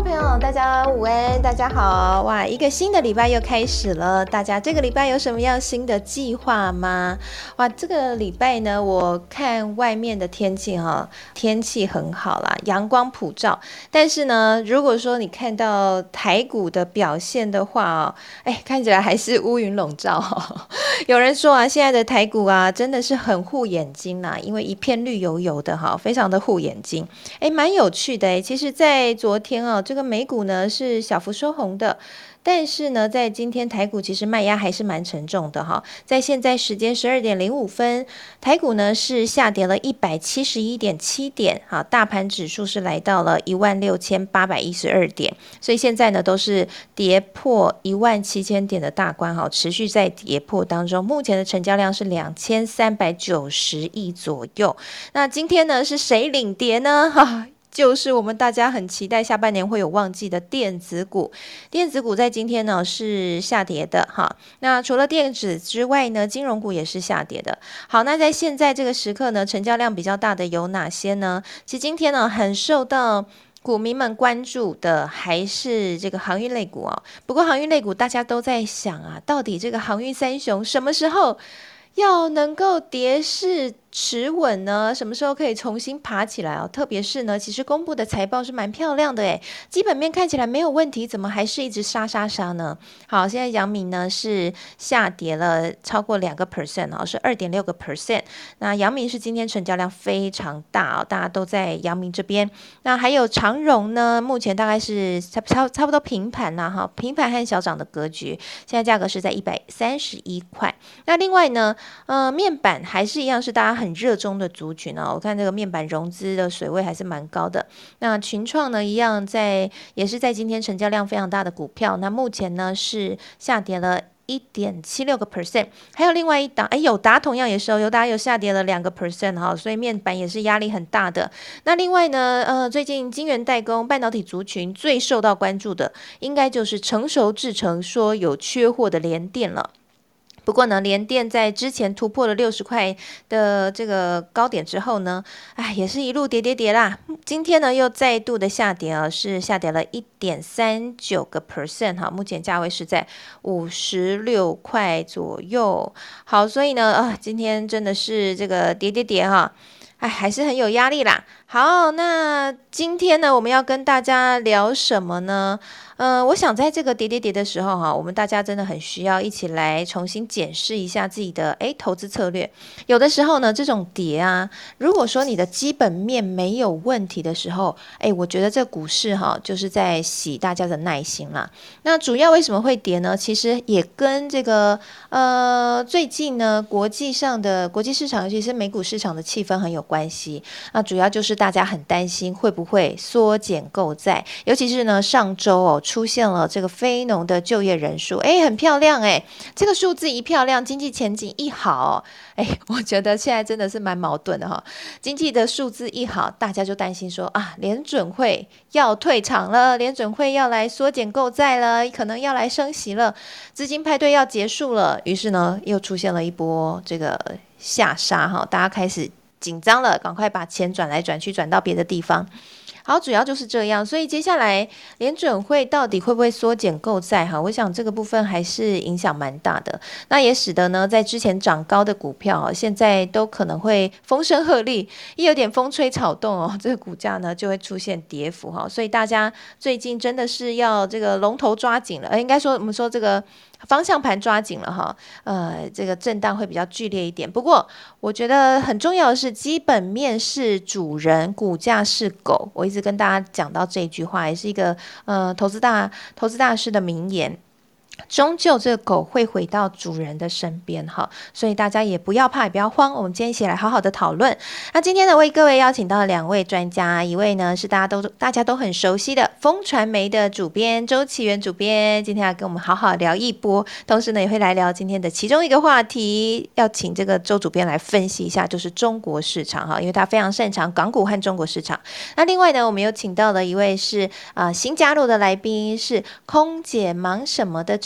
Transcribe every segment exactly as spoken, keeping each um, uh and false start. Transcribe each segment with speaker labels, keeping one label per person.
Speaker 1: 朋友，大家午安，大家好！哇，一个新的礼拜又开始了，大家这个礼拜有什么样新的计划吗？哇，这个礼拜呢，我看外面的天气哈，天气很好啦，阳光普照。但是呢，如果说你看到台股的表现的话哦，哎，看起来还是乌云笼罩哦。有人说啊，现在的台股啊，真的是很护眼睛啦，因为一片绿油油的哈，非常的护眼睛。哎，蛮有趣的哎。其实，在昨天啊，这个美股呢是小幅收红的，但是呢，在今天台股其实卖压还是蛮沉重的哈。在现在时间十二点零五分，台股呢是下跌了一百七十一点七点，哈，大盘指数是来到了一万六千八百一十二点，所以现在呢都是跌破一万七千点的大关哈，持续在跌破当中。目前的成交量是两千三百九十亿左右。那今天呢是谁领跌呢？哈。就是我们大家很期待下半年会有旺季的电子股，电子股在今天呢是下跌的哈。那除了电子之外呢，金融股也是下跌的。好，那在现在这个时刻呢，成交量比较大的有哪些呢？其实今天呢很受到股民们关注的还是这个航运类股哦。不过航运类股大家都在想啊，到底这个航运三雄什么时候要能够跌势持稳呢？什么时候可以重新爬起来哦？特别是呢，其实公布的财报是蛮漂亮的诶，基本面看起来没有问题，怎么还是一直杀杀杀呢？好，现在阳明呢是下跌了超过两个 percent 哦，是二点六个 percent。那阳明是今天成交量非常大哦，大家都在阳明这边。那还有长荣呢，目前大概是差差差不多平盘啦哈，平盘和小涨的格局。现在价格是在一百三十一块。那另外呢，呃，面板还是一样是大家很热衷的族群哦，我看这个面板融资的水位还是蛮高的。那群创呢，一样在也是在今天成交量非常大的股票，那目前呢是下跌了一点七六个 percent， 还有另外一档，哎，友达同样也是哦，友达有下跌了两个 percent 哈，所以面板也是压力很大的。那另外呢，呃，最近晶圆代工半导体族群最受到关注的，应该就是成熟制程说有缺货的联电了。不过呢，联电在之前突破了六十块的这个高点之后呢，哎，也是一路跌跌跌啦。今天呢又再度的下跌啊，是下跌了一点三九个 percent 哈，目前价位是在五十六块左右。好，所以呢，啊，今天真的是这个跌跌跌哈。哎，还是很有压力啦。好，那今天呢，我们要跟大家聊什么呢？呃，我想在这个跌跌跌的时候哈，我们大家真的很需要一起来重新检视一下自己的诶投资策略。有的时候呢，这种跌啊，如果说你的基本面没有问题的时候，诶，我觉得这股市哈就是在洗大家的耐心啦。那主要为什么会跌呢？其实也跟这个呃最近呢国际上的国际市场，尤其是美股市场的气氛很有关系。那主要就是大家很担心会不会缩减购债，尤其是呢上周哦。出现了这个非农的就业人数，哎，很漂亮哎，这个数字一漂亮，经济前景一好，哎，我觉得现在真的是蛮矛盾的哈。经济的数字一好，大家就担心说啊，联准会要退场了，联准会要来缩减购债了，可能要来升息了，资金派对要结束了，于是呢，又出现了一波这个下杀哈，大家开始紧张了，赶快把钱转来转去，转到别的地方。好，主要就是这样，所以接下来联准会到底会不会缩减购债哈？我想这个部分还是影响蛮大的，那也使得呢，在之前涨高的股票现在都可能会风声鹤唳，一有点风吹草动哦，这个股价呢就会出现跌幅哈。所以大家最近真的是要这个龙头抓紧了，应该说我们说这个方向盘抓紧了哈，呃，这个震荡会比较剧烈一点。不过我觉得很重要的是，基本面是主人，股价是狗。我一直跟大家讲到这句话，也是一个呃投资大投资大师的名言。终究这个狗会回到主人的身边哈，所以大家也不要怕，也不要慌，我们今天一起来好好的讨论。那今天呢，为各位邀请到两位专家，一位呢是大家都大家都很熟悉的风传媒的主编周岐原主编，今天要跟我们好好聊一波，同时呢也会来聊今天的其中一个话题，要请这个周主编来分析一下，就是中国市场哈，因为他非常擅长港股和中国市场。那另外呢，我们又请到了一位是啊、呃、新加入的来宾，是空姐忙什么的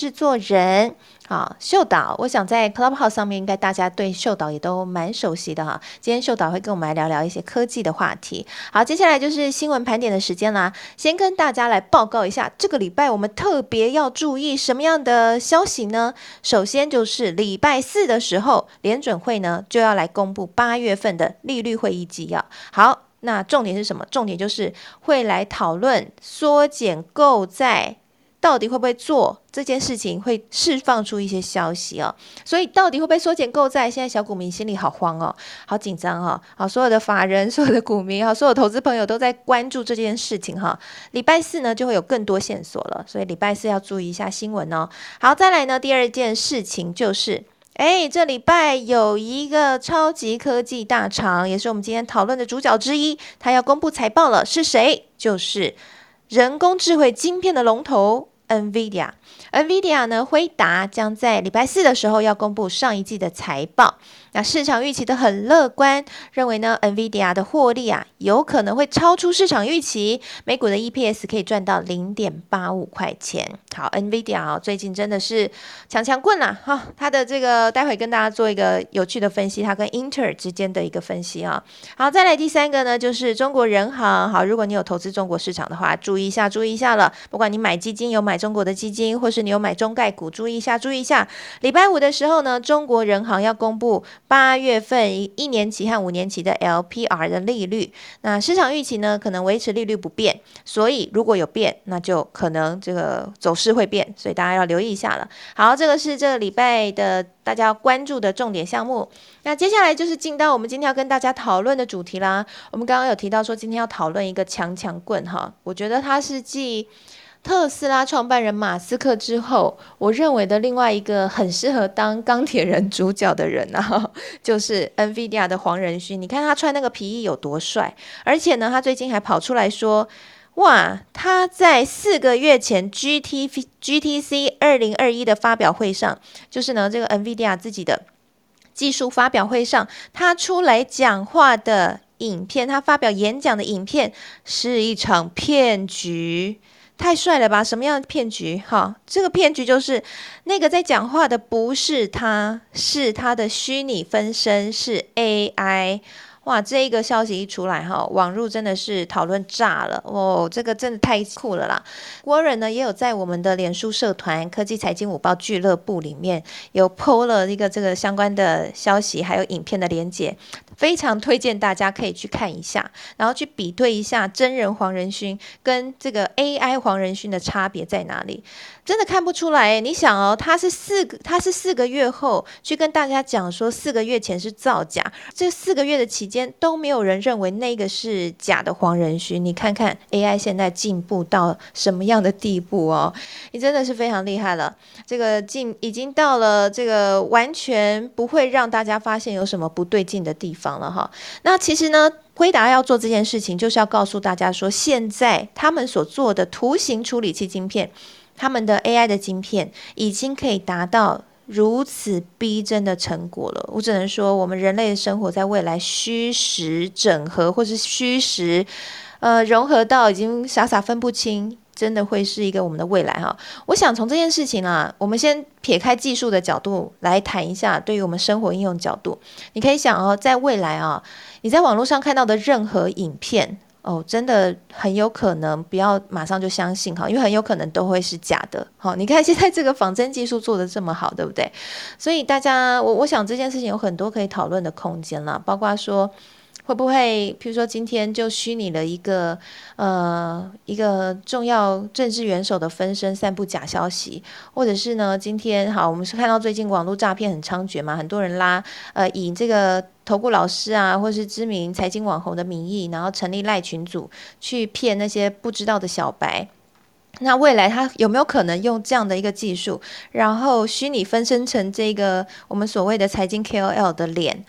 Speaker 1: 制作人。好，秀导，我想在 Clubhouse 上面应该大家对秀导也都蛮熟悉的哈。今天秀导会跟我们来聊聊一些科技的话题。好，接下来就是新闻盘点的时间啦。先跟大家来报告一下，这个礼拜我们特别要注意什么样的消息呢？首先就是礼拜四的时候，联准会呢就要来公布八月份的利率会议纪要。好，那重点是什么？重点就是会来讨论缩减购债到底会不会做这件事情，会释放出一些消息哦。所以到底会不会缩减购债？现在小股民心里好慌哦，好紧张哦。好，所有的法人、所有的股民、好，所有投资朋友都在关注这件事情哈。礼拜四呢就会有更多线索了，所以礼拜四要注意一下新闻哦。好，再来呢，第二件事情就是。哎，这礼拜有一个超级科技大厂，也是我们今天讨论的主角之一，他要公布财报了，是谁？就是人工智慧晶片的龙头 NVIDIA。NVIDIA 呢，辉达将在礼拜四的时候要公布上一季的财报。那市场预期的很乐观，认为呢 NVIDIA 的获利啊有可能会超出市场预期，每股的 E P S 可以赚到 零点八五块钱。好 ，NVIDIA 啊、哦、最近真的是强强棍啦、啊、哈，它的这个待会跟大家做一个有趣的分析，它跟英特尔之间的一个分析啊。好，再来第三个呢，就是中国人行。好，如果你有投资中国市场的话，注意一下，注意一下了。不管你买基金有买中国的基金，或是你有买中概股，注意一下，注意一下。礼拜五的时候呢，中国人行要公布八月份一年期和五年期的 L P R 的利率，那市场预期呢可能维持利率不变，所以如果有变，那就可能这个走势会变，所以大家要留意一下了。好，这个是这个礼拜的大家要关注的重点项目。那接下来就是进到我们今天要跟大家讨论的主题啦。我们刚刚有提到说今天要讨论一个强强棍哈，我觉得它是继特斯拉创办人马斯克之后，我认为的另外一个很适合当钢铁人主角的人啊，就是 NVIDIA 的黄仁勋。你看他穿那个皮衣有多帅，而且呢，他最近还跑出来说，哇，他在四个月前 G T G T C 二零二一的发表会上，就是呢这个 NVIDIA 自己的技术发表会上，他出来讲话的影片，他发表演讲的影片是一场骗局。太帅了吧！什么样的骗局？哈，这个骗局就是那个在讲话的不是他，是他的虚拟分身，是 A I。哇，这一个消息一出来哈，网络真的是讨论炸了哦，这个真的太酷了啦。Warren 呢也有在我们的脸书社团科技财经午报俱乐部里面有 po 了一个这个相关的消息，还有影片的连结，非常推荐大家可以去看一下，然后去比对一下真人黄仁勋跟这个 A I 黄仁勋的差别在哪里。真的看不出来，你想哦，他是四个，他是四个月后去跟大家讲说，四个月前是造假，这四个月的期间都没有人认为那个是假的黄仁勋。你看看 A I 现在进步到什么样的地步哦，你真的是非常厉害了。这个进已经到了这个完全不会让大家发现有什么不对劲的地方了哈。那其实呢，辉达要做这件事情，就是要告诉大家说，现在他们所做的图形处理器晶片。他们的 A I 的晶片已经可以达到如此逼真的成果了，我只能说，我们人类的生活在未来虚实整合，或是虚实呃融合到已经傻傻分不清，真的会是一个我们的未来哈。我想从这件事情啊，我们先撇开技术的角度来谈一下，对于我们生活应用角度，你可以想哦，在未来啊，你在网络上看到的任何影片。哦，真的很有可能不要马上就相信哈，因为很有可能都会是假的。好，你看现在这个仿真技术做得这么好，对不对？所以大家，我我想这件事情有很多可以讨论的空间啦，包括说会不会，譬如说今天就虚拟了一个呃一个重要政治元首的分身散布假消息，或者是呢，今天好，我们是看到最近网络诈骗很猖獗嘛，很多人拉呃以这个。投顾老师啊，或是知名财经网红的名义，然后成立赖群组去骗那些不知道的小白。那未来他有没有可能用这样的一个技术，然后虚拟分身成这个我们所谓的财经 K O L 的脸，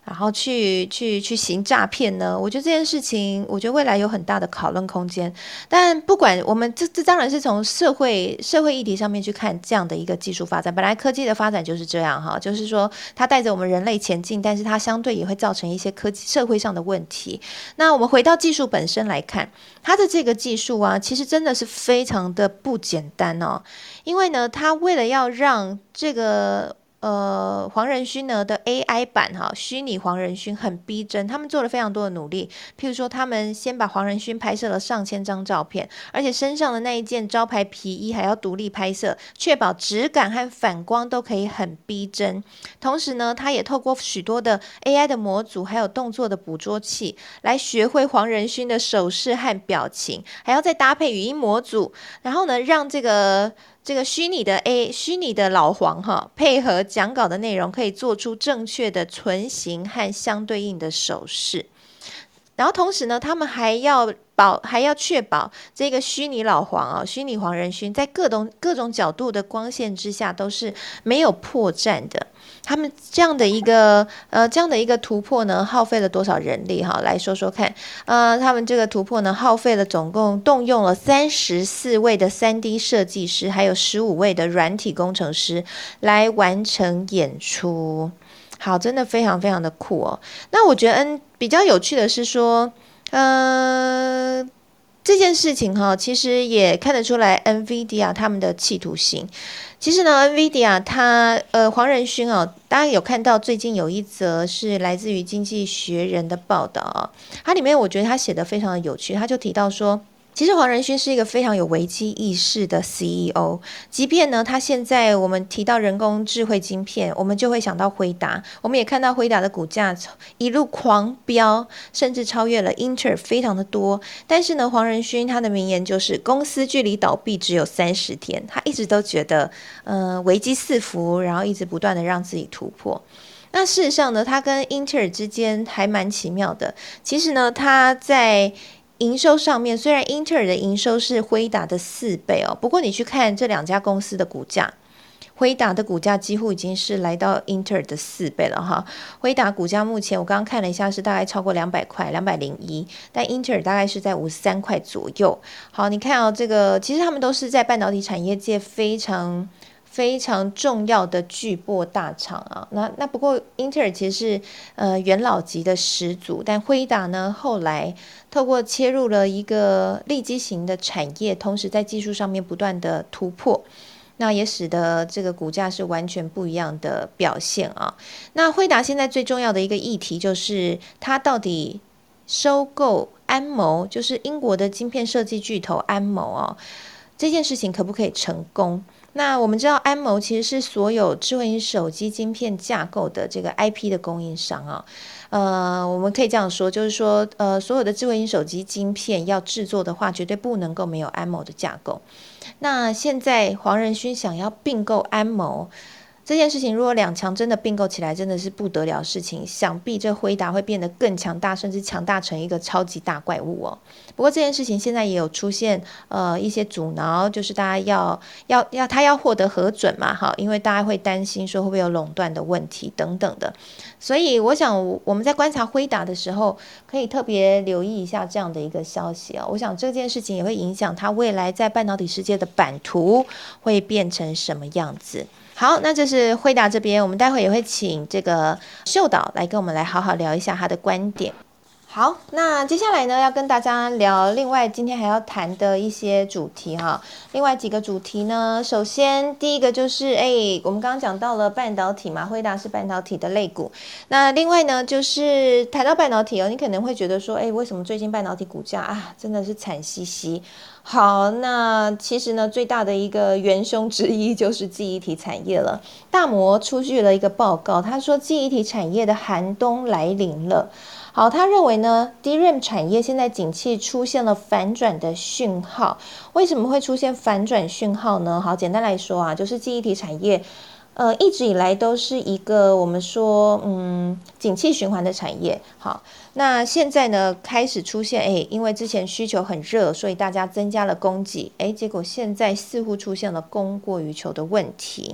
Speaker 1: 然后去去去行诈骗呢？我觉得这件事情，我觉得未来有很大的讨论空间。但不管我们这这当然是从社会社会议题上面去看这样的一个技术发展。本来科技的发展就是这样哈，就是说它带着我们人类前进，但是它相对也会造成一些科技社会上的问题。那我们回到技术本身来看，它的这个技术啊，其实真的是非常的不简单哦。因为呢，它为了要让这个呃，黄仁勋呢的 A I 版哈，虚拟黄仁勋很逼真，他们做了非常多的努力。譬如说，他们先把黄仁勋拍摄了上千张照片，而且身上的那一件招牌皮衣还要独立拍摄，确保质感和反光都可以很逼真。同时呢，他也透过许多的 A I 的模组，还有动作的捕捉器，来学会黄仁勋的手势和表情，还要再搭配语音模组，然后呢，让这个。这个虚拟的 A 虚拟的老黄哈，配合讲稿的内容，可以做出正确的唇形和相对应的手势。然后同时呢，他们还要保还要确保这个虚拟老黄啊、哦，虚拟黄仁勋在各种各种角度的光线之下都是没有破绽的。他们这样的一个呃这样的一个突破呢，耗费了多少人力哈？来说说看。呃，他们这个突破呢，耗费了总共动用了三十四位的 三 D 设计师，还有十五位的软体工程师来完成演出。好，真的非常非常的酷哦。那我觉得嗯比较有趣的是说，呃。这件事情哈，其实也看得出来 NVIDIA 他们的企图心。其实呢 ，NVIDIA 它呃黄仁勋哦，大家有看到最近有一则是来自于《经济学人》的报道啊、哦，它里面我觉得他写的非常的有趣，他就提到说。其实黄仁勋是一个非常有危机意识的 C E O， 即便呢，他现在我们提到人工智慧晶片，我们就会想到辉达，我们也看到辉达的股价一路狂飙，甚至超越了英特尔非常的多。但是呢，黄仁勋他的名言就是公司距离倒闭只有三十天，他一直都觉得呃危机四伏，然后一直不断的让自己突破。那事实上呢，他跟英特尔之间还蛮奇妙的。其实呢，他在营收上面，虽然英特尔的营收是辉达的四倍哦，不过你去看这两家公司的股价，辉达的股价几乎已经是来到英特尔的四倍了哈。辉达股价目前我刚刚看了一下，是大概超过两百块，两百零一，但英特尔大概是在五十三块左右。好，你看哦，这个其实他们都是在半导体产业界非常。非常重要的巨擘大厂啊，那那不过英特尔其实是呃元老级的始祖，但辉达呢后来透过切入了一个利基型的产业，同时在技术上面不断的突破，那也使得这个股价是完全不一样的表现啊。那辉达现在最重要的一个议题就是它到底收购安谋，就是英国的晶片设计巨头安谋哦，这件事情可不可以成功？那我们知道安谋其实是所有智慧型手机晶片架构的这个 I P 的供应商啊，呃，我们可以这样说，就是说，呃，所有的智慧型手机晶片要制作的话，绝对不能够没有安谋的架构。那现在黄仁勋想要并购安谋。这件事情如果两强真的并购起来，真的是不得了的事情，想必这辉达会变得更强大，甚至强大成一个超级大怪物哦。不过这件事情现在也有出现呃一些阻挠，就是大家要要要他要获得核准嘛，哈，因为大家会担心说会不会有垄断的问题等等的。所以我想我们在观察辉达的时候，可以特别留意一下这样的一个消息啊、哦。我想这件事情也会影响它未来在半导体世界的版图会变成什么样子。好，那这是辉达这边，我们待会也会请这个秀导来跟我们来好好聊一下他的观点。好，那接下来呢，要跟大家聊另外今天还要谈的一些主题哈。另外几个主题呢，首先第一个就是哎，我们刚刚讲到了半导体嘛，辉达是半导体的类股。那另外呢，就是谈到半导体哦，你可能会觉得说，哎，为什么最近半导体股价啊真的是惨兮兮？好，那其实呢，最大的一个元凶之一就是记忆体产业了。大摩出具了一个报告，他说记忆体产业的寒冬来临了。好，他认为呢 ，D R A M 产业现在景气出现了反转的讯号。为什么会出现反转讯号呢？好，简单来说啊，就是记忆体产业，呃，一直以来都是一个我们说，嗯，景气循环的产业。好，那现在呢，开始出现，哎，因为之前需求很热，所以大家增加了供给，哎，结果现在似乎出现了供过于求的问题。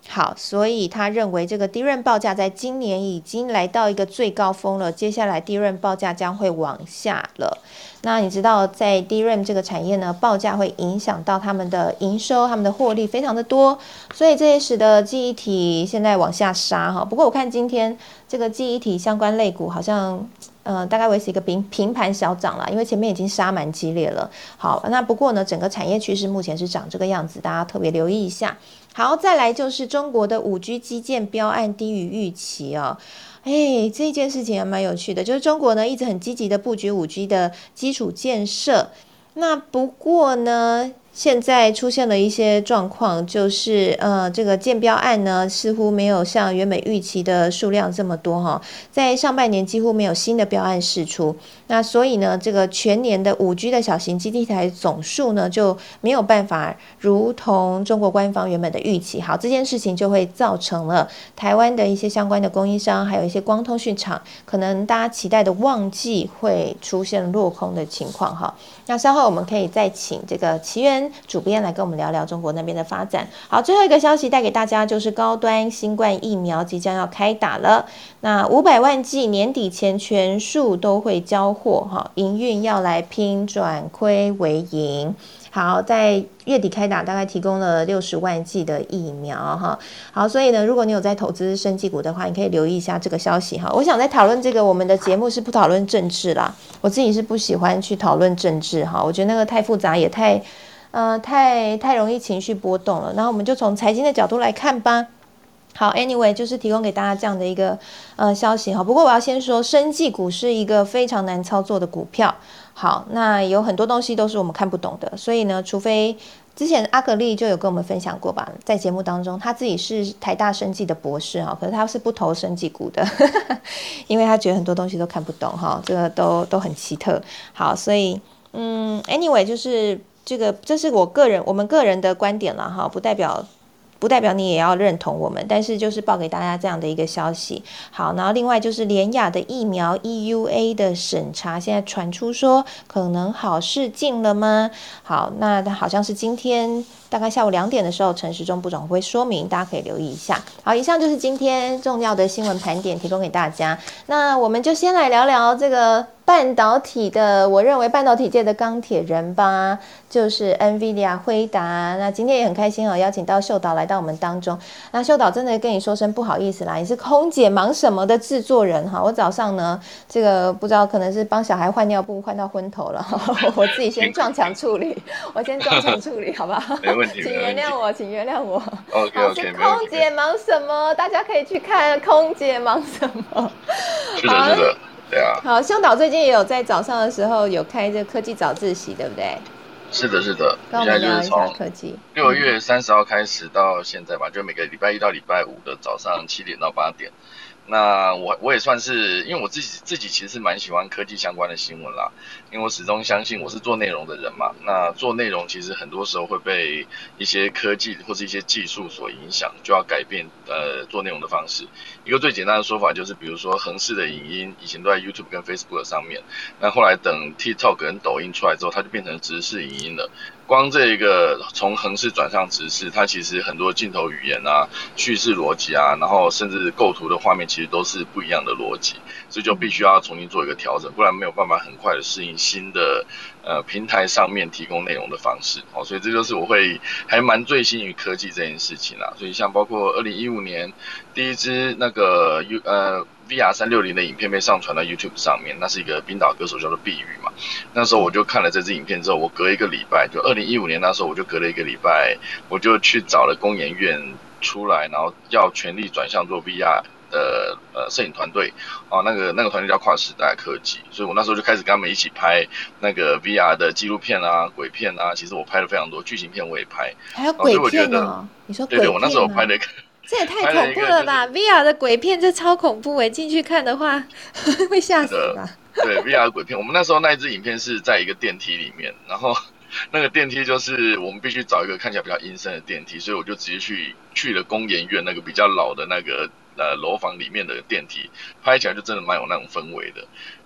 Speaker 1: 好，所以他认为这个 D R A M 报价在今年已经来到一个最高峰了，接下来 D R A M 报价将会往下了。那你知道在 D R A M 这个产业呢，报价会影响到他们的营收，他们的获利非常的多，所以这也使得记忆体现在往下杀哈。不过我看今天这个记忆体相关类股好像呃，大概维持一个平平盘小涨啦，因为前面已经杀蛮激烈了。好，那不过呢，整个产业趋势目前是长这个样子，大家特别留意一下。好，再来就是中国的 五 G 基建标案低于预期哦。哎，这件事情还蛮有趣的，就是中国呢一直很积极的布局 五 G 的基础建设。那不过呢，现在出现了一些状况，就是呃，这个建标案呢，似乎没有像原本预期的数量这么多哈，在上半年几乎没有新的标案释出，那所以呢，这个全年的 五 G 的小型基地台总数呢，就没有办法如同中国官方原本的预期。好，这件事情就会造成了台湾的一些相关的供应商，还有一些光通讯厂，可能大家期待的旺季会出现落空的情况哈。那稍后我们可以再请这个奇源主编来跟我们聊聊中国那边的发展。好，最后一个消息带给大家就是高端新冠疫苗即将要开打了，那五百万剂年底前全数都会交货哈，营运要来拼转亏为盈。好，在月底开打，大概提供了六十万剂的疫苗哈。好，所以呢，如果你有在投资生技股的话，你可以留意一下这个消息哈。我想在讨论这个，我们的节目是不讨论政治啦，我自己是不喜欢去讨论政治哈，我觉得那个太复杂，也太呃太太容易情绪波动了。然后我们就从财经的角度来看吧。好 ，anyway， 就是提供给大家这样的一个呃消息哈。不过我要先说，生技股是一个非常难操作的股票。好，那有很多东西都是我们看不懂的，所以呢，除非之前阿格丽就有跟我们分享过吧，在节目当中，他自己是台大生技的博士哈，可是他是不投生技股的，因为他觉得很多东西都看不懂哈，这个都都很奇特。好，所以嗯 ，anyway， 就是这个，这是我个人我们个人的观点啦哈，不代表。不代表你也要认同我们，但是就是报给大家这样的一个消息。好，然后另外就是联亚的疫苗 E U A 的审查，现在传出说可能好事近了吗？好，那好像是今天大概下午两点的时候，陈时中部长会说明，大家可以留意一下。好，以上就是今天重要的新闻盘点，提供给大家。那我们就先来聊聊这个半导体的，我认为半导体界的钢铁人吧，就是 NVIDIA 辉达。那今天也很开心哦，邀请到秀导来到我们当中。那秀导真的跟你说声不好意思啦，你是空姐忙什么的制作人哈。我早上呢，这个不知道可能是帮小孩换尿布换到昏头了，我自己先撞墙处理，我先撞墙处理，好不好？
Speaker 2: 没问题，
Speaker 1: 请原谅我，请原谅我。
Speaker 2: OK OK，
Speaker 1: 空姐忙什么？大家可以去看空姐忙什么。
Speaker 2: 是的，是的。对啊，
Speaker 1: 好，秀导最近也有在早上的时候有开这科技早自习，对不对？
Speaker 2: 是的，是的。
Speaker 1: 跟我们聊一下科技。
Speaker 2: 六月三十号开始到现在吧，就每个礼拜一到礼拜五的早上七点到八点。那我我也算是，因为我自己自己其实是蛮喜欢科技相关的新闻啦，因为我始终相信我是做内容的人嘛。那做内容其实很多时候会被一些科技或是一些技术所影响，就要改变呃做内容的方式。一个最简单的说法就是，比如说横式的影音，以前都在 YouTube 跟 Facebook 上面，那后来等 TikTok 跟抖音出来之后，它就变成直式影音了。光这一个从横式转向直式，它其实很多镜头语言啊、叙事逻辑啊，然后甚至构图的画面，其实都是不一样的逻辑，所以就必须要重新做一个调整，不然没有办法很快的适应新的呃平台上面提供内容的方式。哦，所以这就是我会还蛮醉心于科技这件事情啦。所以像包括二零一五年第一支那个 U 呃。V R 三六零的影片被上传到 YouTube 上面，那是一个冰岛歌手叫做碧宇嘛。那时候我就看了这支影片之后，我隔一个礼拜，就二零一五年那时候我就隔了一个礼拜，我就去找了工研院出来，然后要全力转向做 V R 的呃摄影团队啊，那个那个团队叫跨时代科技，所以我那时候就开始跟他们一起拍那个 V R 的纪录片啊、鬼片啊，其实我拍了非常多，剧情片我也拍。
Speaker 1: 还有鬼片哦？你说鬼片？
Speaker 2: 对对，我那时候拍了一个。
Speaker 1: 这也太恐怖了吧、就是、！V R 的鬼片这超恐怖哎，进去看的话会吓死吧？
Speaker 2: 对 ，V R 的鬼片，我们那时候那一支影片是在一个电梯里面，然后那个电梯就是我们必须找一个看起来比较阴森的电梯，所以我就直接去去了工研院那个比较老的那个呃楼房里面的电梯，拍起来就真的蛮有那种氛围的。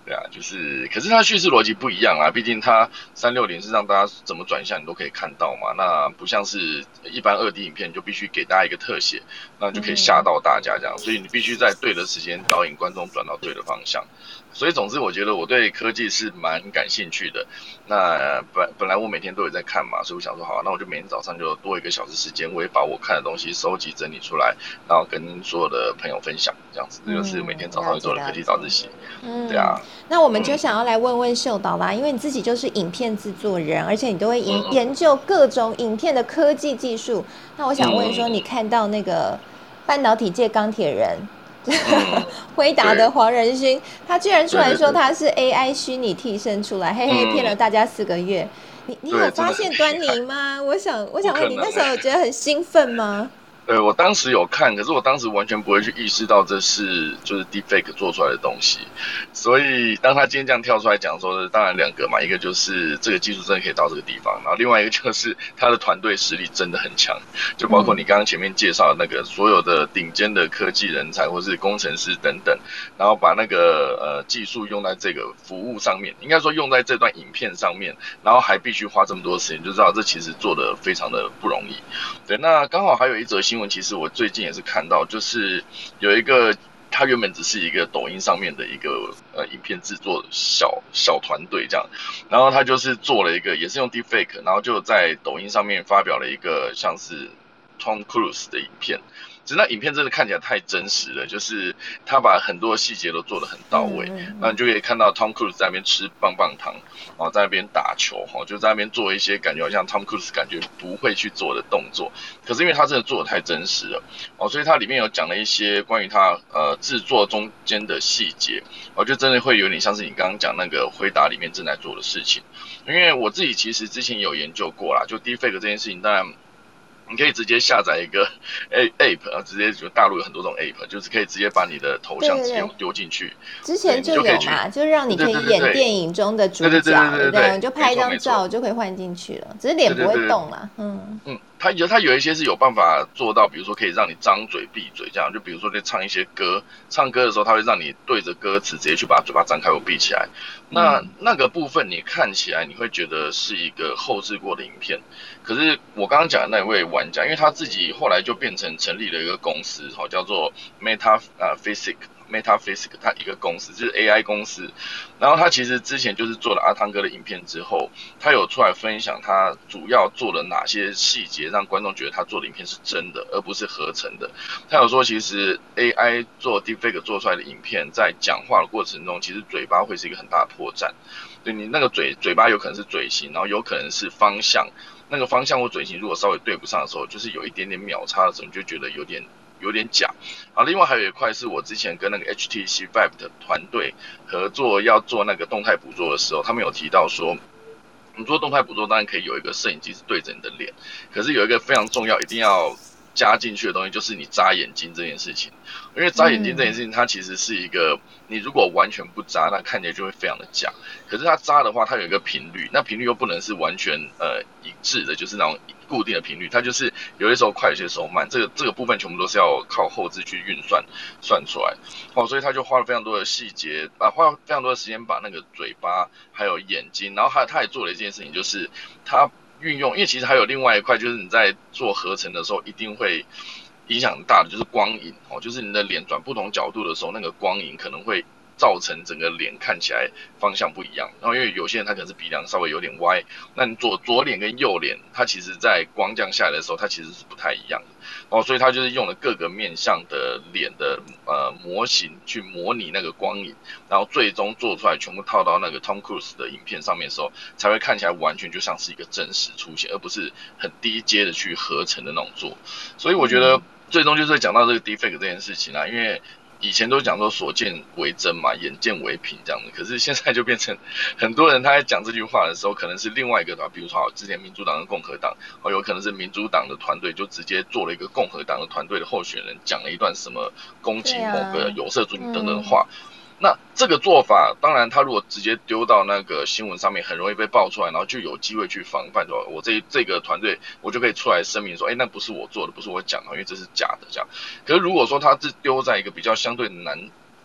Speaker 2: 对啊，就是，可是它叙事逻辑不一样啊，毕竟它三六零是让大家怎么转向你都可以看到嘛，那不像是一般二 D 影片就必须给大家一个特写，那就可以吓到大家这样，所以你必须在对的时间导引观众转到对的方向。所以总之，我觉得我对科技是蛮感兴趣的。那本本来我每天都有在看嘛，所以我想说，好，那我就每天早上就多一个小时时间，我也把我看的东西收集整理出来，然后跟所有的朋友分享，这样子，这就是每天早上会做的科技早自习。嗯，对啊。
Speaker 1: 那我们就想要来问问秀导啦，因为你自己就是影片制作人，而且你都会研研究各种影片的科技技术。那我想问说，你看到那个半导体界钢铁人？辉达的黄仁勋，他居然出来说他是 A I 虚拟替身出来，嘿嘿，骗了大家四个月。你你有发现端倪吗？我想我想问你，那时候有觉得很兴奋吗？
Speaker 2: 对，我当时有看，可是我当时完全不会去意识到这是就是 deepfake 做出来的东西，所以当他今天这样跳出来讲说，当然两个嘛，一个就是这个技术真的可以到这个地方，然后另外一个就是他的团队实力真的很强，就包括你刚刚前面介绍的那个所有的顶尖的科技人才或是工程师等等，然后把那个呃技术用在这个服务上面，应该说用在这段影片上面，然后还必须花这么多时间，就知道这其实做的非常的不容易。对，那刚好还有一则新闻，其实我最近也是看到，就是有一个他原本只是一个抖音上面的一个呃影片制作小小团队这样，然后他就是做了一个也是用 deepfake， 然后就在抖音上面发表了一个像是 Tom Cruise 的影片。其实那影片真的看起来太真实了，就是他把很多细节都做得很到位，那你就可以看到 Tom Cruise 在那边吃棒棒糖，然后在那边打球，就在那边做一些感觉好像 Tom Cruise 感觉不会去做的动作，可是因为他真的做得太真实了，所以他里面有讲了一些关于他呃制作中间的细节，我就真的会有点像是你刚刚讲那个辉达里面正在做的事情，因为我自己其实之前有研究过啦，就 deepfake 这件事情，当然。你可以直接下载一个 app 啊，直接就大陆有很多种 app， 就是可以直接把你的头像直接丢进去。
Speaker 1: 之前就有嘛，就让你可以演电影中的主角，对对对，你就拍一张照就可以换进去了，只是脸不会动啦。嗯
Speaker 2: 嗯，它有它有一些是有办法做到，比如说可以让你张嘴闭嘴这样，就比如说在唱一些歌，唱歌的时候它会让你对着歌词直接去把嘴巴张开或闭起来。那那个部分你看起来你会觉得是一个后制过的影片，可是我刚刚讲的那位玩家，因为他自己后来就变成成立了一个公司，好叫做 Meta 呃 Physics。Metaphysics 它一个公司就是 A I 公司，然后他其实之前就是做了阿汤哥的影片之后，他有出来分享他主要做了哪些细节，让观众觉得他做的影片是真的，而不是合成的。他有说，其实 A I 做 deepfake 做出来的影片，在讲话的过程中，其实嘴巴会是一个很大的破绽。对你那个嘴嘴巴有可能是嘴型，然后有可能是方向，那个方向或嘴型如果稍微对不上的时候，就是有一点点秒差的时候，你就觉得有点。有点假啊！另外还有一块是我之前跟那个 H T C Vive 的团队合作，要做那个动态捕捉的时候，他们有提到说，你做动态捕捉当然可以有一个摄影机是对着你的脸，可是有一个非常重要，一定要加进去的东西，就是你眨眼睛这件事情。因为眨眼睛这件事情，它其实是一个，你如果完全不眨，那看起来就会非常的假。可是它眨的话，它有一个频率，那频率又不能是完全呃一致的，就是那种固定的频率，它就是有些时候快，有些时候慢。这个这个部分全部都是要靠后置去运算算出来。哦，所以他就花了非常多的细节，啊，花了非常多的时间把那个嘴巴还有眼睛，然后还他也做了一件事情，就是他运用，因为其实还有另外一块，就是你在做合成的时候一定会。影响很大的就是光影哦，就是你的脸转不同角度的时候，那个光影可能会造成整个脸看起来方向不一样。然后因为有些人他可能是鼻梁稍微有点歪，那你左左脸跟右脸，它其实在光降下来的时候，它其实是不太一样的哦，所以他就是用了各个面向的脸的呃模型去模拟那个光影，然后最终做出来全部套到那个 Tom Cruise 的影片上面的时候，才会看起来完全就像是一个真实出现，而不是很低阶的去合成的那种做。所以我觉得。最终就是讲到这个 deepfake 这件事情啦，因为以前都讲说所见为真嘛，眼见为凭这样的，可是现在就变成很多人他在讲这句话的时候，可能是另外一个的，比如说之前民主党跟共和党，哦，有可能是民主党的团队就直接做了一个共和党的团队的候选人讲了一段什么攻击某个有色族群等等的话。那这个做法，当然他如果直接丢到那个新闻上面，很容易被爆出来，然后就有机会去防范说，我这这个团队，我就可以出来声明说，哎，那不是我做的，不是我讲的，因为这是假的这样。可是如果说他是丢在一个比较相对难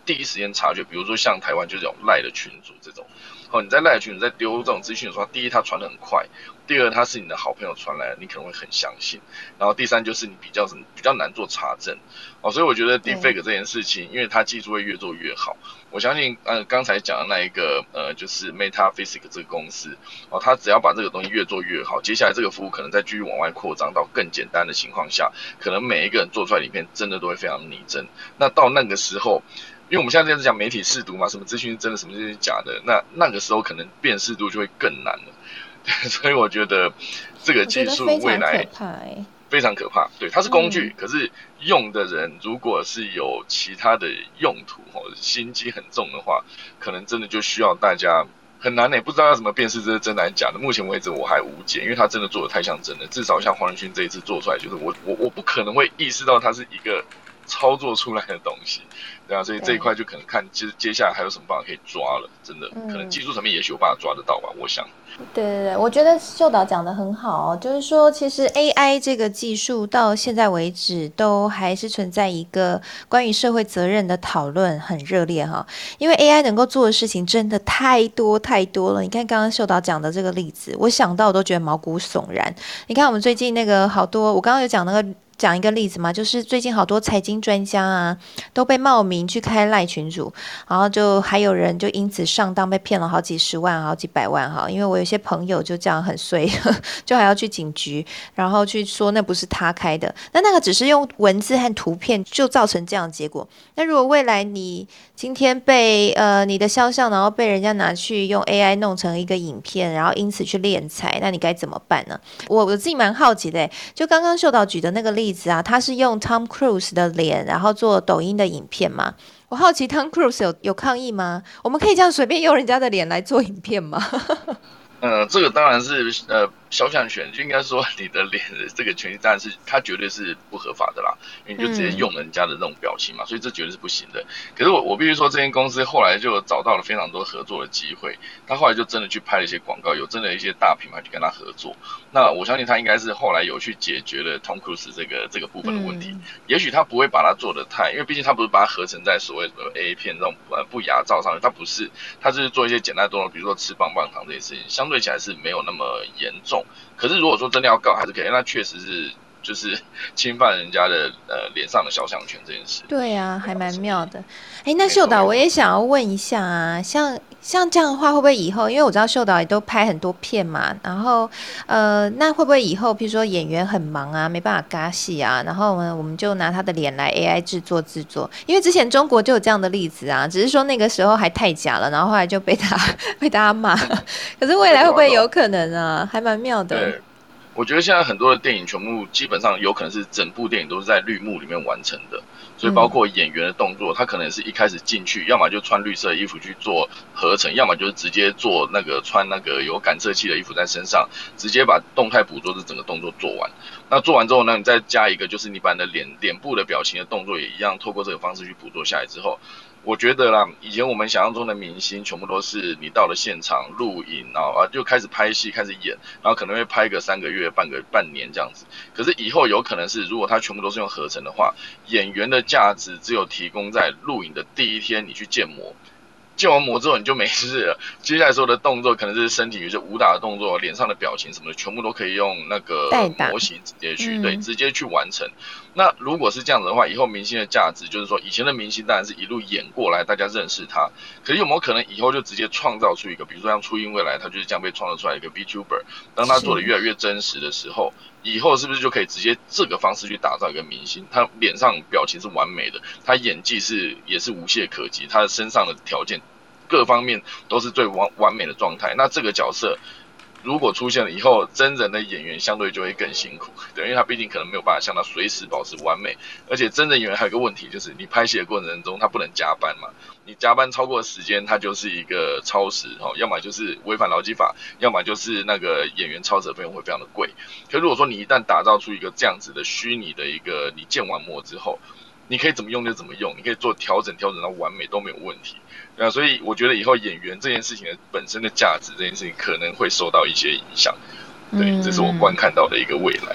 Speaker 2: 第一时间察觉，比如说像台湾就是有赖的群组这种，哦，你在赖的群组在丢这种资讯的时候，第一它传得很快，第二它是你的好朋友传来的，你可能会很相信，然后第三就是你比较比较难做查证，哦，所以我觉得 deepfake 这件事情，因为它技术会越做越好，我相信呃刚才讲的那一个呃就是 Metaphysics 这个公司，哦，它只要把这个东西越做越好，接下来这个服务可能再继续往外扩张到更简单的情况下，可能每一个人做出来的影片真的都会非常拟真。那到那个时候，因为我们现在在讲媒体识读嘛，什么资讯是真的，什么资讯是假的，那那个时候可能辨识度就会更难了。所以我觉得这个技术未来非常可怕，对，它是工具，嗯、可是用的人如果是有其他的用途或者心机很重的话，可能真的就需要大家很难呢、欸，不知道要怎么辨识这是真的还是假的。目前为止我还无解，因为他真的做的太像真的，至少像黄仁勋这一次做出来，就是我我我不可能会意识到它是一个操作出来的东西，对啊，所以这一块就可能看接接下来还有什么办法可以抓了，真的，可能技术层面也许有办法抓得到吧，我想。
Speaker 1: 对对对，我觉得秀导讲得很好哦，就是说其实 A I 这个技术到现在为止都还是存在一个关于社会责任的讨论，很热烈哈。因为 A I 能够做的事情真的太多太多了。你看刚刚秀导讲的这个例子，我想到我都觉得毛骨悚然。你看我们最近那个好多，我刚刚有讲那个。讲一个例子嘛，就是最近好多财经专家啊都被冒名去开赖群组，然后就还有人就因此上当被骗了好几十万好几百万哈。因为我有些朋友就这样很衰，就还要去警局，然后去说那不是他开的，那那个只是用文字和图片就造成这样的结果。那如果未来你今天被呃你的肖像然后被人家拿去用 A I 弄成一个影片，然后因此去敛财，那你该怎么办呢？我我自己蛮好奇的，就刚刚秀导举的那个例子例子啊，他是用 Tom Cruise 的脸，然后做抖音的影片嘛？我好奇 Tom Cruise 有有抗议吗？我们可以这样随便用人家的脸来做影片吗？
Speaker 2: 呃，这个当然是呃肖像权，就应该说你的脸的这个权利，当然是它绝对是不合法的啦，因为你就直接用人家的那种表情嘛，嗯、所以这绝对是不行的。可是我我必须说，这间公司后来就找到了非常多合作的机会，他后来就真的去拍了一些广告，有真的一些大品牌去跟他合作。那我相信他应该是后来有去解决了 Tom Cruise 这个这个部分的问题。嗯、也许他不会把它做得太，因为毕竟他不是把它合成在所谓的 A 片这种呃不雅照上面，他不是，他就是做一些简单的动作，比如说吃棒棒糖这些事情，相对起来是没有那么严重。可是如果说真的要告，还是可以，那确实是就是侵犯人家的呃脸上的肖像权这件事。
Speaker 1: 对啊，还蛮妙的。哎，那秀导，我也想要问一下啊，像像这样的话，会不会以后，因为我知道秀导也都拍很多片嘛，然后呃，那会不会以后，譬如说演员很忙啊，没办法尬戏啊，然后呢，我们就拿他的脸来 A I 制作制作？因为之前中国就有这样的例子啊，只是说那个时候还太假了，然后后来就被他被大家骂。可是未来会不会有可能啊？还蛮妙的。
Speaker 2: 对，我觉得现在很多的电影全部基本上有可能是整部电影都是在绿幕里面完成的，所以包括演员的动作，他可能是一开始进去，要么就穿绿色衣服去做合成，要么就是直接做那个穿那个有感测器的衣服在身上，直接把动态捕捉的整个动作做完。那做完之后呢，你再加一个就是你把你的脸脸部的表情的动作也一样，透过这个方式去捕捉下来之后。我觉得啦，以前我们想象中的明星全部都是你到了现场录影，然后啊就开始拍戏，开始演，然后可能会拍个三个月、半个半年这样子。可是以后有可能是，如果他全部都是用合成的话，演员的价值只有提供在录影的第一天你去建模。建完模之后你就没事了，接下来所有的动作可能是身体有些武打的动作，脸上的表情什么的，全部都可以用那个模型直接去、嗯、对，直接去完成。那如果是这样子的话，以后明星的价值就是说，以前的明星当然是一路演过来，大家认识他。可是有没有可能以后就直接创造出一个，比如说像初音未来，他就是这样被创造出来一个 VTuber， 当他做的越来越真实的时候，以后是不是就可以直接这个方式去打造一个明星？他脸上表情是完美的，他演技是也是无懈可击，他的身上的条件各方面都是最完完美的状态。那这个角色如果出现了以后，真人的演员相对就会更辛苦，对，因为他毕竟可能没有办法像他随时保持完美。而且真人演员还有一个问题，就是你拍戏的过程中他不能加班嘛，你加班超过时间，他就是一个超时，要么就是违反劳基法，要么就是那个演员超时的费用会非常的贵。可如果说你一旦打造出一个这样子的虚拟的一个，你建完模之后，你可以怎么用就怎么用，你可以做调整，调整到完美都没有问题。对啊，所以我觉得以后演员这件事情的本身的价值，这件事情可能会受到一些影响。对，这是我观看到的一个未来。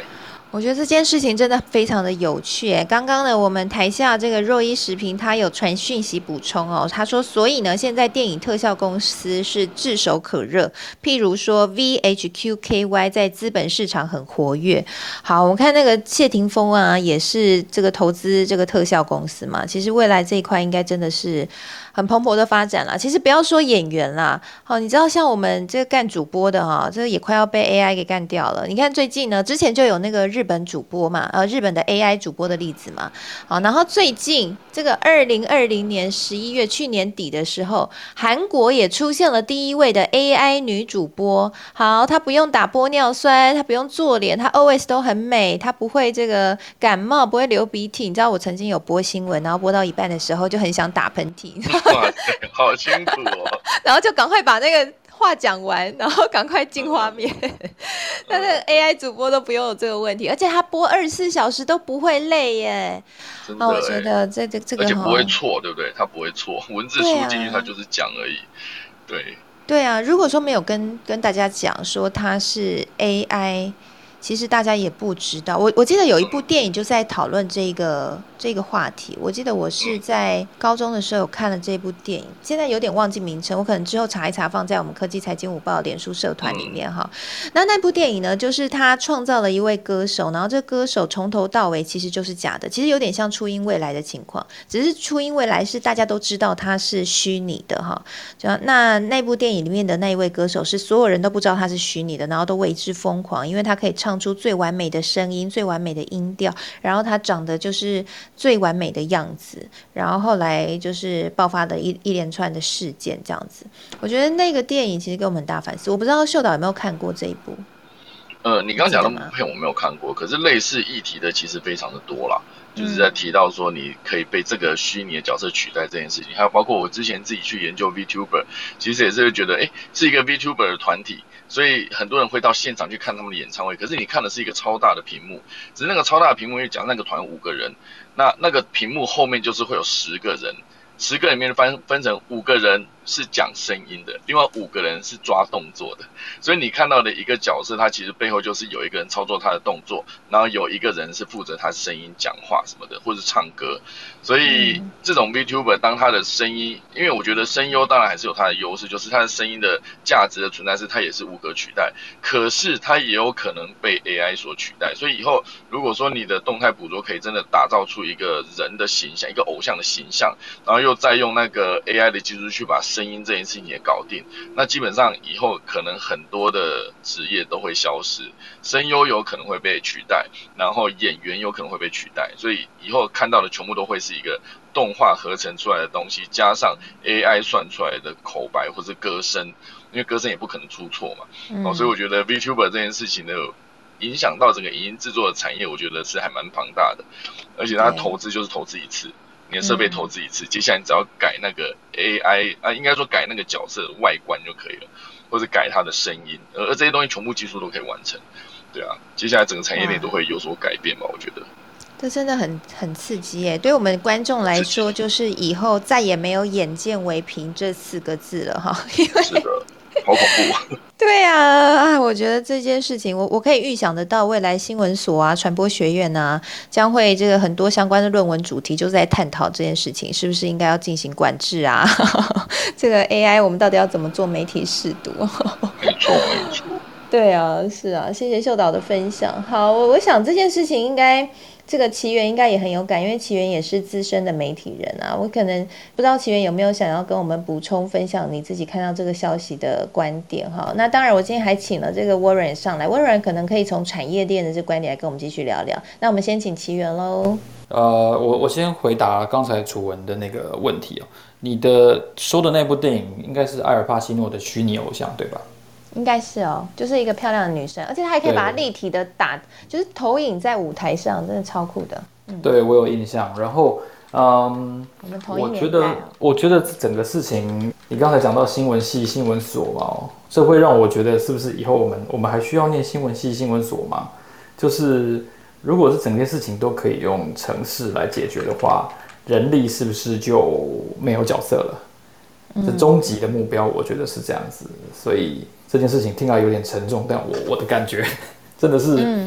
Speaker 1: 我觉得这件事情真的非常的有趣。刚刚呢，我们台下这个若一时评他有传讯息补充哦，他说，所以呢，现在电影特效公司是炙手可热，譬如说 V H Q K Y 在资本市场很活跃。好，我们看那个谢霆锋啊，也是这个投资这个特效公司嘛，其实未来这一块应该真的是很蓬勃的发展啦。其实不要说演员啦，好，你知道像我们这个干主播的哈，这个也快要被 A I 给干掉了。你看最近呢，之前就有那个日本主播嘛，呃，日本的 A I 主播的例子嘛，好，然后最近这个二零二零年十一月，去年底的时候，韩国也出现了第一位的 A I 女主播。好，她不用打玻尿酸，她不用做脸，她 O S 都很美，她不会这个感冒，不会流鼻涕。你知道我曾经有播新闻，然后播到一半的时候就很想打喷嚏，
Speaker 2: 哇塞，好辛苦哦！
Speaker 1: 然后就赶快把那个话讲完，然后赶快进画面。但是 A I 主播都不用有这个问题，而且他播二十四小时都不会累耶。
Speaker 2: 真的、
Speaker 1: 哦，我觉得这这这个，
Speaker 2: 而且不会错，对不对？他不会错，文字输进去他就是讲而已。对。
Speaker 1: 对啊，如果说没有跟跟大家讲说他是 A I。其实大家也不知道，我我记得有一部电影就在讨论这个这个话题。我记得我是在高中的时候有看了这部电影，现在有点忘记名称，我可能之后查一查，放在我们科技财经午报脸书社团里面哈。那那部电影呢，就是他创造了一位歌手，然后这歌手从头到尾其实就是假的，其实有点像初音未来的情况，只是初音未来是大家都知道他是虚拟的哈。那那部电影里面的那一位歌手是所有人都不知道他是虚拟的，然后都为之疯狂，因为他可以唱出最完美的声音，最完美的音调，然后他长得就是最完美的样子，然后后来就是爆发了一一连串的事件这样子。我觉得那个电影其实给我们很大反思，我不知道秀导有没有看过这一部。
Speaker 2: 呃，你刚刚讲的部片我没有看过，可是类似议题的其实非常的多啦，就是在提到说你可以被这个虚拟的角色取代这件事情，还有包括我之前自己去研究 VTuber， 其实也是会觉得，哎，是一个 VTuber 的团体。所以很多人会到现场去看他们的演唱会，可是你看的是一个超大的屏幕，只是那个超大的屏幕因为讲那个团五个人，那那个屏幕后面就是会有十个人，十个里面分分成五个人是讲声音的，另外五个人是抓动作的，所以你看到的一个角色，他其实背后就是有一个人操作他的动作，然后有一个人是负责他声音讲话什么的，或者唱歌。所以这种 VTuber 当他的声音，因为我觉得声优当然还是有他的优势，就是他的声音的价值的存在是他也是无可取代，可是他也有可能被 A I 所取代。所以以后如果说你的动态捕捉可以真的打造出一个人的形象，一个偶像的形象，然后又再用那个 A I 的技术去把声音这件事情也搞定，那基本上以后可能很多的职业都会消失，声优有可能会被取代，然后演员有可能会被取代，所以以后看到的全部都会是一个动画合成出来的东西，加上 A I 算出来的口白或是歌声，因为歌声也不可能出错嘛、嗯哦，所以我觉得 VTuber 这件事情的影响到整个影音制作的产业，我觉得是还蛮庞大的，而且它投资就是投资一次。你的设备投资一次、嗯，接下来你只要改那个 A I 啊，应该说改那个角色的外观就可以了，或者改它的声音，而这些东西全部技术都可以完成，对啊，接下来整个产业链都会有所改变吧，我觉得。
Speaker 1: 这真的很很刺激耶！对我们观众来说，就是以后再也没有眼见为凭这四个字了哈，因为
Speaker 2: 是的，好恐怖。
Speaker 1: 对啊，我觉得这件事情，我我可以预想得到，未来新闻所啊、传播学院啊，将会这个很多相关的论文主题就在探讨这件事情，是不是应该要进行管制啊？这个 A I 我们到底要怎么做媒体识读？
Speaker 2: 没错，没错。
Speaker 1: 对啊，是啊，谢谢秀导的分享。好，我我想这件事情应该。这个奇缘应该也很有感，因为奇缘也是资深的媒体人啊。我可能不知道奇缘有没有想要跟我们补充分享你自己看到这个消息的观点哈。那当然，我今天还请了这个 Warren 上来 ，Warren 可能可以从产业链的这个观点来跟我们继续聊聊。那我们先请奇缘喽。
Speaker 3: 呃，我我先回答刚才楚文的那个问题哦。你的说的那部电影应该是艾尔帕西诺的虚拟偶像，对吧？
Speaker 1: 应该是哦，就是一个漂亮的女生，而且她还可以把它立体的打，就是投影在舞台上，真的超酷的。嗯、
Speaker 3: 对，我有印象。然后，嗯，
Speaker 1: 我们同一年代、哦、
Speaker 3: 我觉得，我觉得整个事情，你刚才讲到新闻系、新闻所嘛，哦，这会让我觉得，是不是以后我们我们还需要念新闻系、新闻所吗？就是如果是整件事情都可以用程式来解决的话，人力是不是就没有角色了？这终极的目标，我觉得是这样子，所以这件事情听起来有点沉重，但我我的感觉真的是，嗯、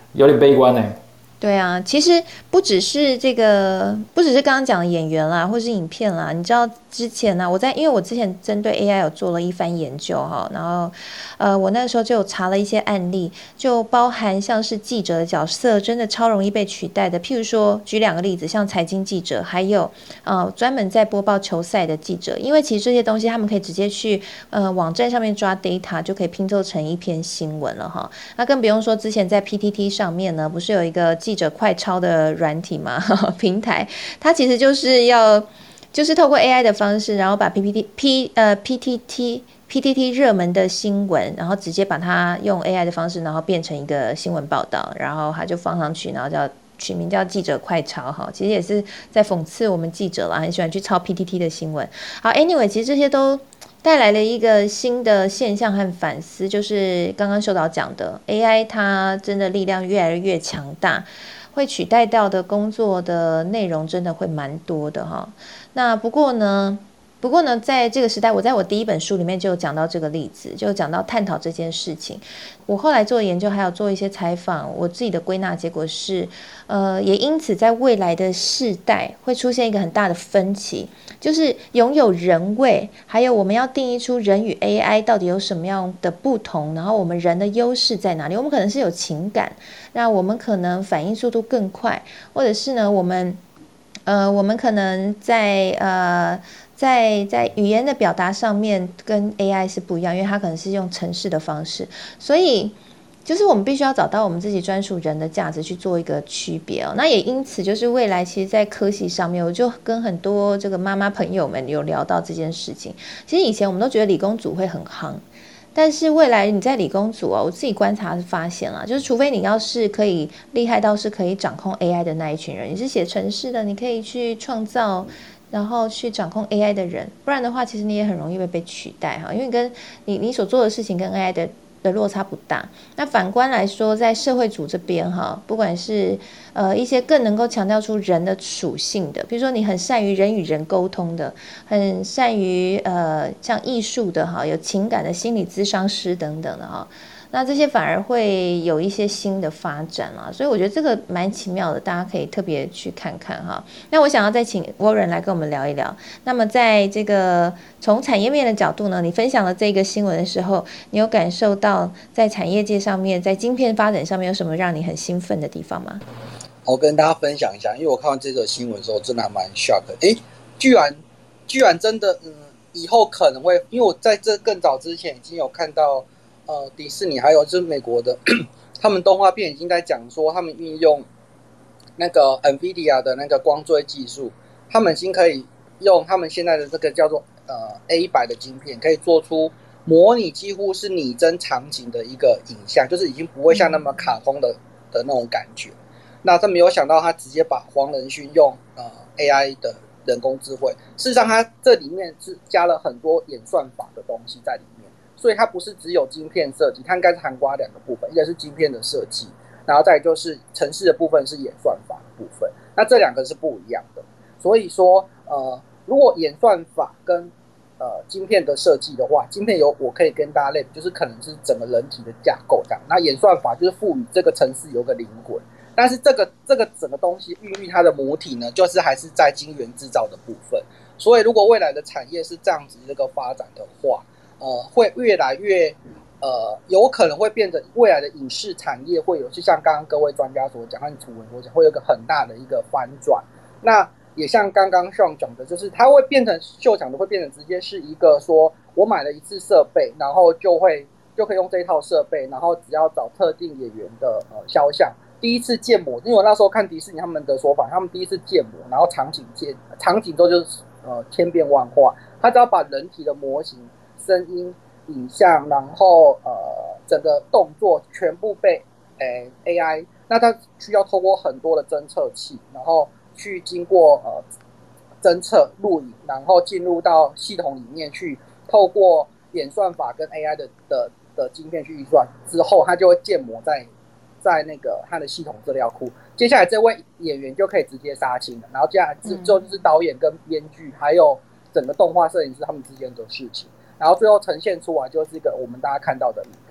Speaker 3: 有点悲观呢。
Speaker 1: 对啊，其实不只是这个，不只是刚刚讲的演员啦，或是影片啦。你知道之前呢、啊，我在因为我之前针对 A I 有做了一番研究哈，然后呃，我那个时候就有查了一些案例，就包含像是记者的角色，真的超容易被取代的。譬如说，举两个例子，像财经记者，还有呃专门在播报球赛的记者，因为其实这些东西他们可以直接去呃网站上面抓 data， 就可以拼凑成一篇新闻了哈。那更不用说之前在 P T T 上面呢，不是有一个记者快抄的软体嘛平台，它其实就是要就是透过 A I 的方式，然后把 P P T P 呃 P T T P T T 热门的新闻，然后直接把它用 A I 的方式，然后变成一个新闻报道，然后它就放上去，然后叫取名叫记者快抄哈，其实也是在讽刺我们记者啦，很喜欢去抄 P T T 的新闻。好 ，anyway， 其实这些都带来了一个新的现象和反思，就是刚刚秀导讲的 A I 它真的力量越来越强大，会取代到的工作的内容真的会蛮多的哈。那不过呢，不过呢，在这个时代，我在我第一本书里面就有讲到这个例子，就讲到探讨这件事情。我后来做研究，还有做一些采访，我自己的归纳结果是，呃，也因此在未来的世代会出现一个很大的分歧，就是拥有人味，还有我们要定义出人与 A I 到底有什么样的不同，然后我们人的优势在哪里？我们可能是有情感，那我们可能反应速度更快，或者是呢，我们呃，我们可能在呃。在在语言的表达上面跟 A I 是不一样，因为它可能是用程式的方式，所以就是我们必须要找到我们自己专属人的价值去做一个区别哦。那也因此，就是未来其实在科系上面，我就跟很多这个妈妈朋友们有聊到这件事情。其实以前我们都觉得理工组会很夯，但是未来你在理工组啊，我自己观察是发现啦，就是除非你要是可以厉害到是可以掌控 A I 的那一群人，你是写程式的，你可以去创造然后去掌控 A I 的人，不然的话，其实你也很容易会被取代哈，因为跟你你所做的事情跟 A I 的的落差不大。那反观来说，在社会组这边哈，不管是呃一些更能够强调出人的属性的，比如说你很善于人与人沟通的，很善于呃像艺术的哈，有情感的心理咨商师等等的哈。那这些反而会有一些新的发展啦，所以我觉得这个蛮奇妙的，大家可以特别去看看哈。那我想要再请 Warren 来跟我们聊一聊。那么在这个从产业面的角度呢，你分享了这个新闻的时候，你有感受到在产业界上面，在晶片发展上面有什么让你很兴奋的地方吗？
Speaker 4: 我跟大家分享一下，因为我看到这个新闻的时候，真的还蛮 shock 的。哎，居然居然真的，嗯，以后可能会，因为我在这更早之前已经有看到。呃，迪士尼还有就是美国的，他们动画片已经在讲说，他们运用那个 NVIDIA 的那个光追技术，他们已经可以用他们现在的这个叫做呃 A 一百 的晶片，可以做出模拟几乎是拟真场景的一个影像，就是已经不会像那么卡通的的那种感觉。那他没有想到，他直接把黄仁勋用呃 A I 的人工智慧，事实上他这里面是加了很多演算法的东西在里面。所以它不是只有晶片设计，它应该是涵盖两个部分，一个是晶片的设计，然后再来就是程式的部分是演算法的部分，那这两个是不一样的。所以说，呃，如果演算法跟呃晶片的设计的话，晶片有我可以跟大家类比，就是可能是整个人体的架构这样，那演算法就是赋予这个程式有个灵魂，但是这个这个整个东西孕育它的母体呢，就是还是在晶圆制造的部分。所以如果未来的产业是这样子这个发展的话，呃，会越来越，呃，有可能会变成未来的影视产业会有，就像刚刚各位专家所讲，和楚文所讲，会有一个很大的一个翻转。那也像刚刚Sean讲的，就是它会变成秀讲的，会变成直接是一个说，我买了一次设备，然后就会就可以用这套设备，然后只要找特定演员的呃肖像，第一次建模，因为我那时候看迪士尼他们的说法，他们第一次建模，然后场景建场景之后就是呃千变万化，他只要把人体的模型。声音、影像，然后呃，整个动作全部被诶 A I， 那它需要透过很多的侦测器，然后去经过呃侦测、录影，然后进入到系统里面去，透过演算法跟 A I 的的的晶片去运算之后，它就会建模在在那个它的系统资料库。接下来这位演员就可以直接杀青了，然后接下来之后就是导演跟编剧，还有整个动画摄影师他们之间的事情。然后最后呈现出来就是一个我们大家看到的影片，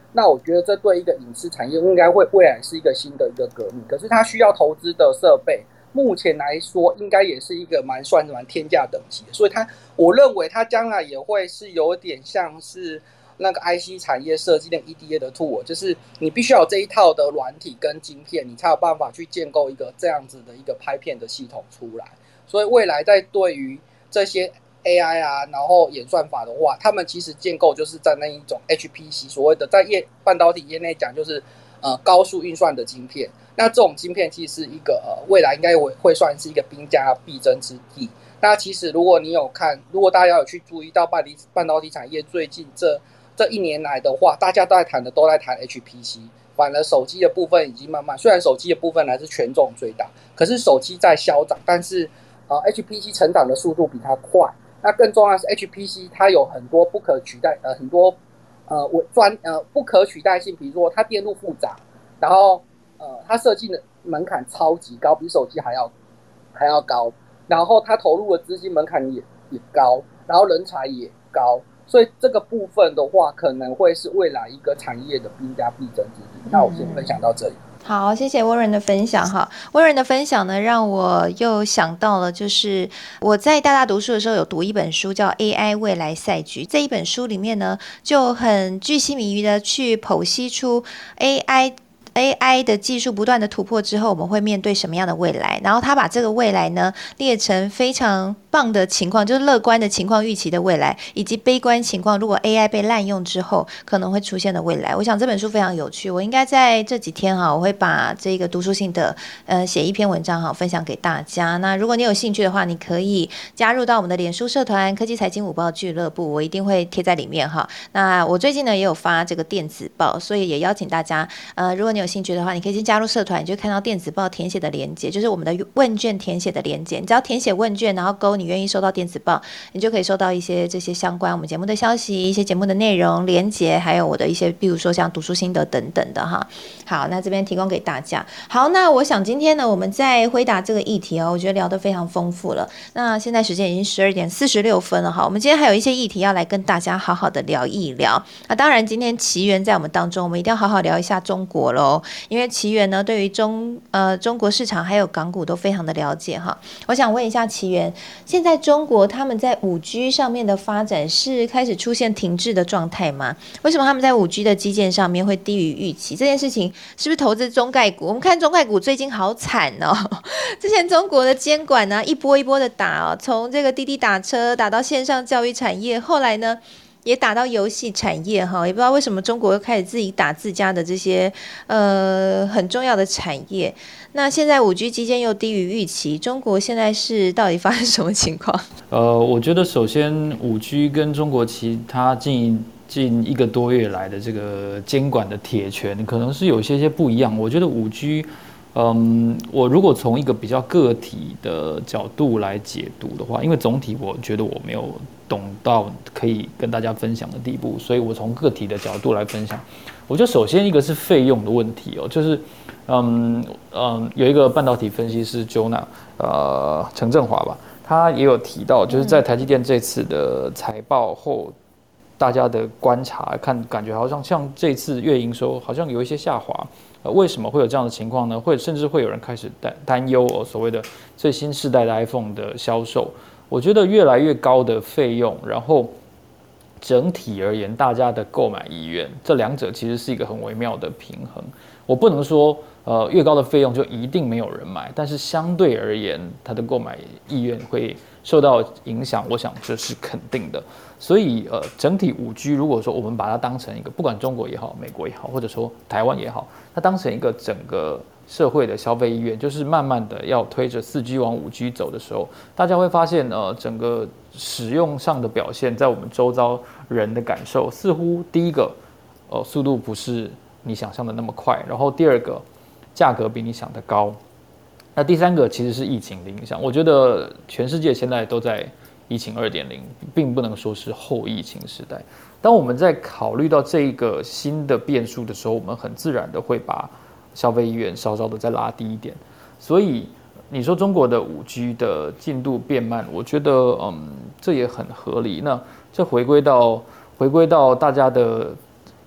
Speaker 4: 那我觉得这对一个影视产业应该会未来是一个新的一个革命。可是它需要投资的设备，目前来说应该也是一个蛮算蛮天价等级的，所以它我认为它将来也会是有点像是那个 I C 产业设计的 E D A 的 tool， 就是你必须要有这一套的软体跟晶片，你才有办法去建构一个这样子的一个拍片的系统出来。所以未来在对于这些 A I 啊，然后演算法的话，他们其实建构就是在那一种 H P C， 所谓的在业半导体业内讲就是呃高速运算的晶片。那这种晶片其实是一个呃未来应该会会算是一个兵家必争之地。那其实如果你有看，如果大家有去注意到半导体半导体产业最近这这一年来的话，大家都在谈的都在谈 H P C， 反而手机的部分已经慢慢，虽然手机的部分还是权重最大，可是手机在消长，但是呃 H P C 成长的速度比它快。那更重要的是 H P C 它有很多不可取代呃很多呃专呃不可取代性，比如说它电路复杂，然后呃它设计的门槛超级高，比手机还要还要高，然后它投入的资金门槛也也高，然后人才也高，所以这个部分的话可能会是未来一个产业的兵家必争之地。那我先分享到这里。
Speaker 1: 好，谢谢Warren的分享哈。Warren的分享呢，让我又想到了，就是我在大大读书的时候有读一本书叫《A I 未来赛局》。这一本书里面呢，就很巨细靡遗的去剖析出 A I。A I 的技术不断的突破之后，我们会面对什么样的未来？然后他把这个未来呢列成非常棒的情况，就是乐观的情况预期的未来，以及悲观情况，如果 A I 被滥用之后可能会出现的未来。我想这本书非常有趣，我应该在这几天哈，我会把这个读书性的呃写一篇文章哈分享给大家。那如果你有兴趣的话，你可以加入到我们的脸书社团科技财经午报俱乐部，我一定会贴在里面哈。那我最近呢也有发这个电子报，所以也邀请大家呃，如果你有兴趣的话，你可以先加入社团，你就看到电子报填写的连结，就是我们的问卷填写的连结。你只要填写问卷，然后勾你愿意收到电子报，你就可以收到一些这些相关我们节目的消息、一些节目的内容连结，还有我的一些，比如说像读书心得等等的哈。好，那这边提供给大家。好，那我想今天呢，我们在回答这个议题哦，我觉得聊得非常丰富了。那现在时间已经十二点四十六分了哈，我们今天还有一些议题要来跟大家好好的聊一聊。那当然，今天奇缘在我们当中，我们一定要好好聊一下中国喽。因为奇缘呢，对于中呃中国市场还有港股都非常的了解哈。我想问一下奇缘，现在中国他们在 五 G 上面的发展是开始出现停滞的状态吗？为什么他们在 五 G 的基建上面会低于预期？这件事情是不是投资中概股？我们看中概股最近好惨哦，之前中国的监管呢、啊、一波一波的打哦，从这个滴滴打车打到线上教育产业，后来呢也打到游戏产业哈，也不知道为什么中国又开始自己打自家的这些呃很重要的产业。那现在 五 G 基建又低于预期，中国现在是到底发生什么情况？
Speaker 3: 呃，我觉得首先 五 G 跟中国其他近近一个多月来的这个监管的铁拳，可能是有些些不一样。我觉得 五 G。嗯，我如果从一个比较个体的角度来解读的话，因为总体我觉得我没有懂到可以跟大家分享的地步，所以我从个体的角度来分享。我觉得首先一个是费用的问题哦，就是嗯嗯，有一个半导体分析师 Jonah 呃陈振华吧，他也有提到，就是在台积电这次的财报后，大家的观察看，感觉好像像这次月营收好像有一些下滑。呃，为什么会有这样的情况呢？会甚至会有人开始担担忧哦，所谓的最新世代的 iPhone 的销售，我觉得越来越高的费用，然后整体而言大家的购买意愿，这两者其实是一个很微妙的平衡。我不能说呃越高的费用就一定没有人买，但是相对而言，它的购买意愿会受到影响，我想这是肯定的。所以呃，整体 五 G 如果说我们把它当成一个，不管中国也好，美国也好，或者说台湾也好，它当成一个整个社会的消费意愿，就是慢慢的要推着 四 G 往 五 G 走的时候，大家会发现呃，整个使用上的表现，在我们周遭人的感受，似乎第一个呃速度不是你想象的那么快，然后第二个价格比你想的高，那第三个其实是疫情的影响。我觉得全世界现在都在疫情 二点零， 并不能说是后疫情时代。当我们在考虑到这个新的变数的时候，我们很自然的会把消费意愿稍稍的再拉低一点。所以你说中国的 五 G 的进度变慢，我觉得嗯这也很合理。那这回归到回归到大家的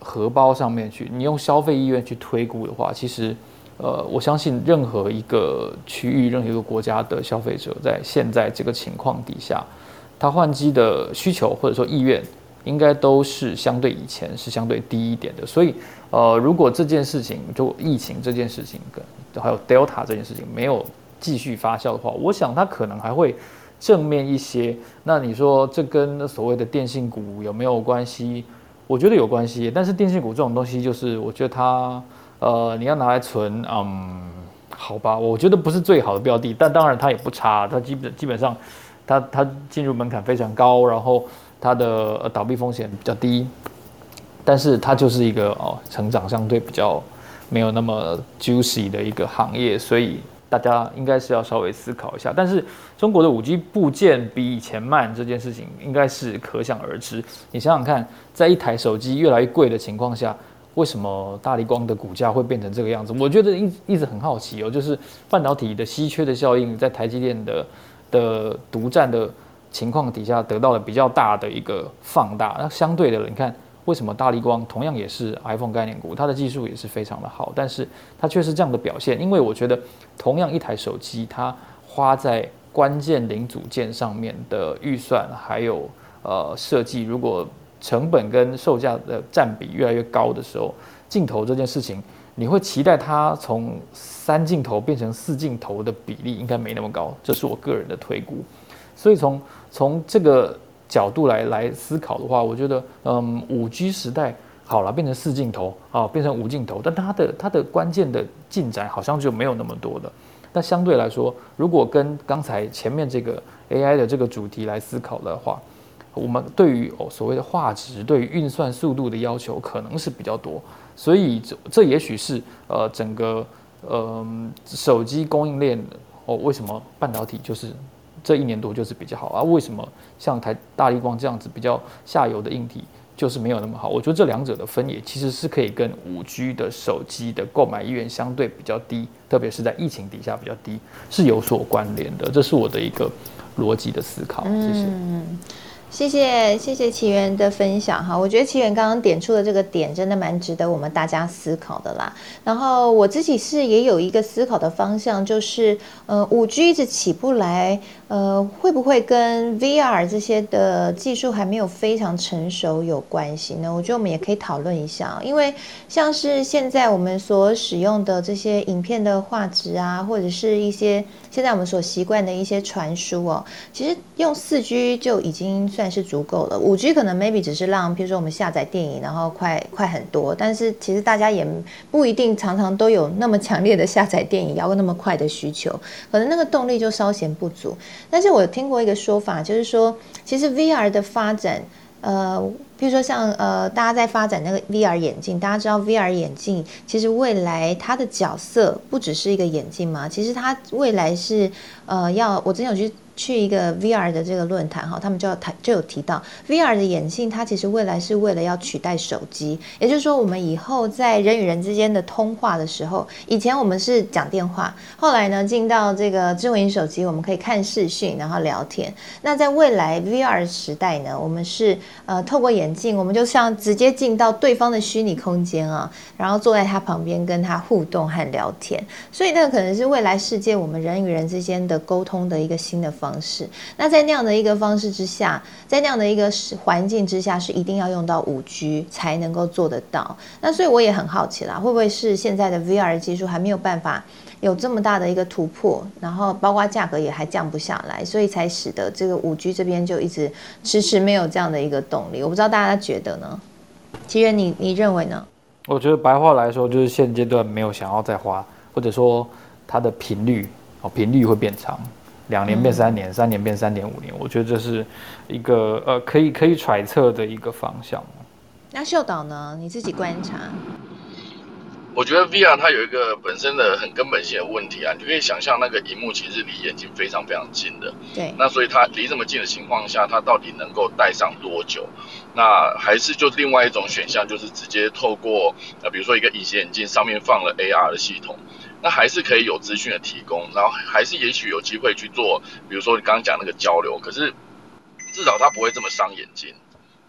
Speaker 3: 荷包上面去，你用消费意愿去推估的话，其实，呃，我相信任何一个区域、任何一个国家的消费者，在现在这个情况底下，他换机的需求或者说意愿，应该都是相对以前是相对低一点的。所以，呃，如果这件事情就疫情这件事情跟还有 Delta 这件事情没有继续发酵的话，我想它可能还会正面一些。那你说这跟所谓的电信股有没有关系？我觉得有关系，但是电信股这种东西，就是我觉得它，呃，你要拿来存，嗯，好吧，我觉得不是最好的标的，但当然它也不差，它基本基本上，它它进入门槛非常高，然后它的倒闭风险比较低，但是它就是一个哦，成长相对比较没有那么 juicy 的一个行业，所以大家应该是要稍微思考一下。但是中国的 五 G 部件比以前慢这件事情，应该是可想而知。你想想看，在一台手机越来越贵的情况下，为什么大立光的股价会变成这个样子？我觉得一一直很好奇哦，就是半导体的稀缺的效应，在台积电的的独占的情况底下，得到了比较大的一个放大。那相对的，你看。为什么大立光同样也是 iPhone 概念股，它的技术也是非常的好，但是它却是这样的表现？因为我觉得，同样一台手机，它花在关键零组件上面的预算，还有呃设计，如果成本跟售价的占比越来越高的时候，镜头这件事情，你会期待它从三镜头变成四镜头的比例应该没那么高，这是我个人的推估。所以从从这个角度来来思考的话，我觉得，嗯，五 G 时代好了，变成四镜头啊，变成五镜头，但它的它的关键的进展好像就没有那么多了。那相对来说，如果跟刚才前面这个 A I 的这个主题来思考的话，我们对于哦所谓的画质、对于运算速度的要求可能是比较多，所以这这也许是呃整个呃手机供应链哦为什么半导体就是这一年多就是比较好啊？为什么像台大立光这样子比较下游的硬体就是没有那么好？我觉得这两者的分野其实是可以跟 五 G 的手机的购买意愿相对比较低，特别是在疫情底下比较低，是有所关联的。这是我的一个逻辑的思考。谢谢。
Speaker 1: 嗯谢谢谢谢奇缘的分享哈，我觉得奇缘刚刚点出的这个点真的蛮值得我们大家思考的啦。然后我自己是也有一个思考的方向，就是呃五 G 一直起不来，呃会不会跟 V R 这些的技术还没有非常成熟有关系呢？我觉得我们也可以讨论一下，因为像是现在我们所使用的这些影片的画质啊，或者是一些现在我们所习惯的一些传输哦，其实用四 G 就已经算是足够了。五 G 可能 maybe 只是让，比如说我们下载电影，然后快快很多，但是其实大家也不一定常常都有那么强烈的下载电影要那么快的需求，可能那个动力就稍显不足。但是我有听过一个说法，就是说其实 V R 的发展。呃，比如说像呃，大家在发展那个 V R 眼镜，大家知道 V R 眼镜其实未来它的角色不只是一个眼镜嘛，其实它未来是呃要，我之前有去去一个 V R 的这个论坛哈，他们就有谈就有提到 V R 的眼镜，它其实未来是为了要取代手机，也就是说我们以后在人与人之间的通话的时候，以前我们是讲电话，后来呢进到这个智慧型手机，我们可以看视讯然后聊天。那在未来 V R 时代呢，我们是呃透过眼镜，我们就像直接进到对方的虚拟空间啊，然后坐在他旁边跟他互动和聊天，所以那个可能是未来世界我们人与人之间的沟通的一个新的方式。那在那样的一个方式之下，在那样的一个环境之下，是一定要用到 五 G 才能够做得到。那所以我也很好奇啦，会不会是现在的 V R 技术还没有办法有这么大的一个突破，然后包括价格也还降不下来，所以才使得这个 五 G 这边就一直迟迟没有这样的一个动力。我不知道大家觉得呢？奇缘，你你认为呢？
Speaker 3: 我觉得白话来说，就是现阶段没有想要再花，或者说它的频率哦，频率会变长。两年变三年，嗯、三年变三点五年，我觉得这是一个呃可以可以揣测的一个方向。
Speaker 1: 那秀导呢？你自己观察？
Speaker 2: 我觉得 V R 它有一个本身的很根本性的问题啊，你可以想象那个萤幕其实离眼睛非常非常近的，
Speaker 1: 对。
Speaker 2: 那所以它离这么近的情况下，它到底能够戴上多久？那还是就另外一种选项，就是直接透过呃比如说一个隐形眼镜上面放了 A R 的系统。那还是可以有资讯的提供，然后还是也许有机会去做，比如说你刚刚讲那个交流，可是至少它不会这么伤眼睛。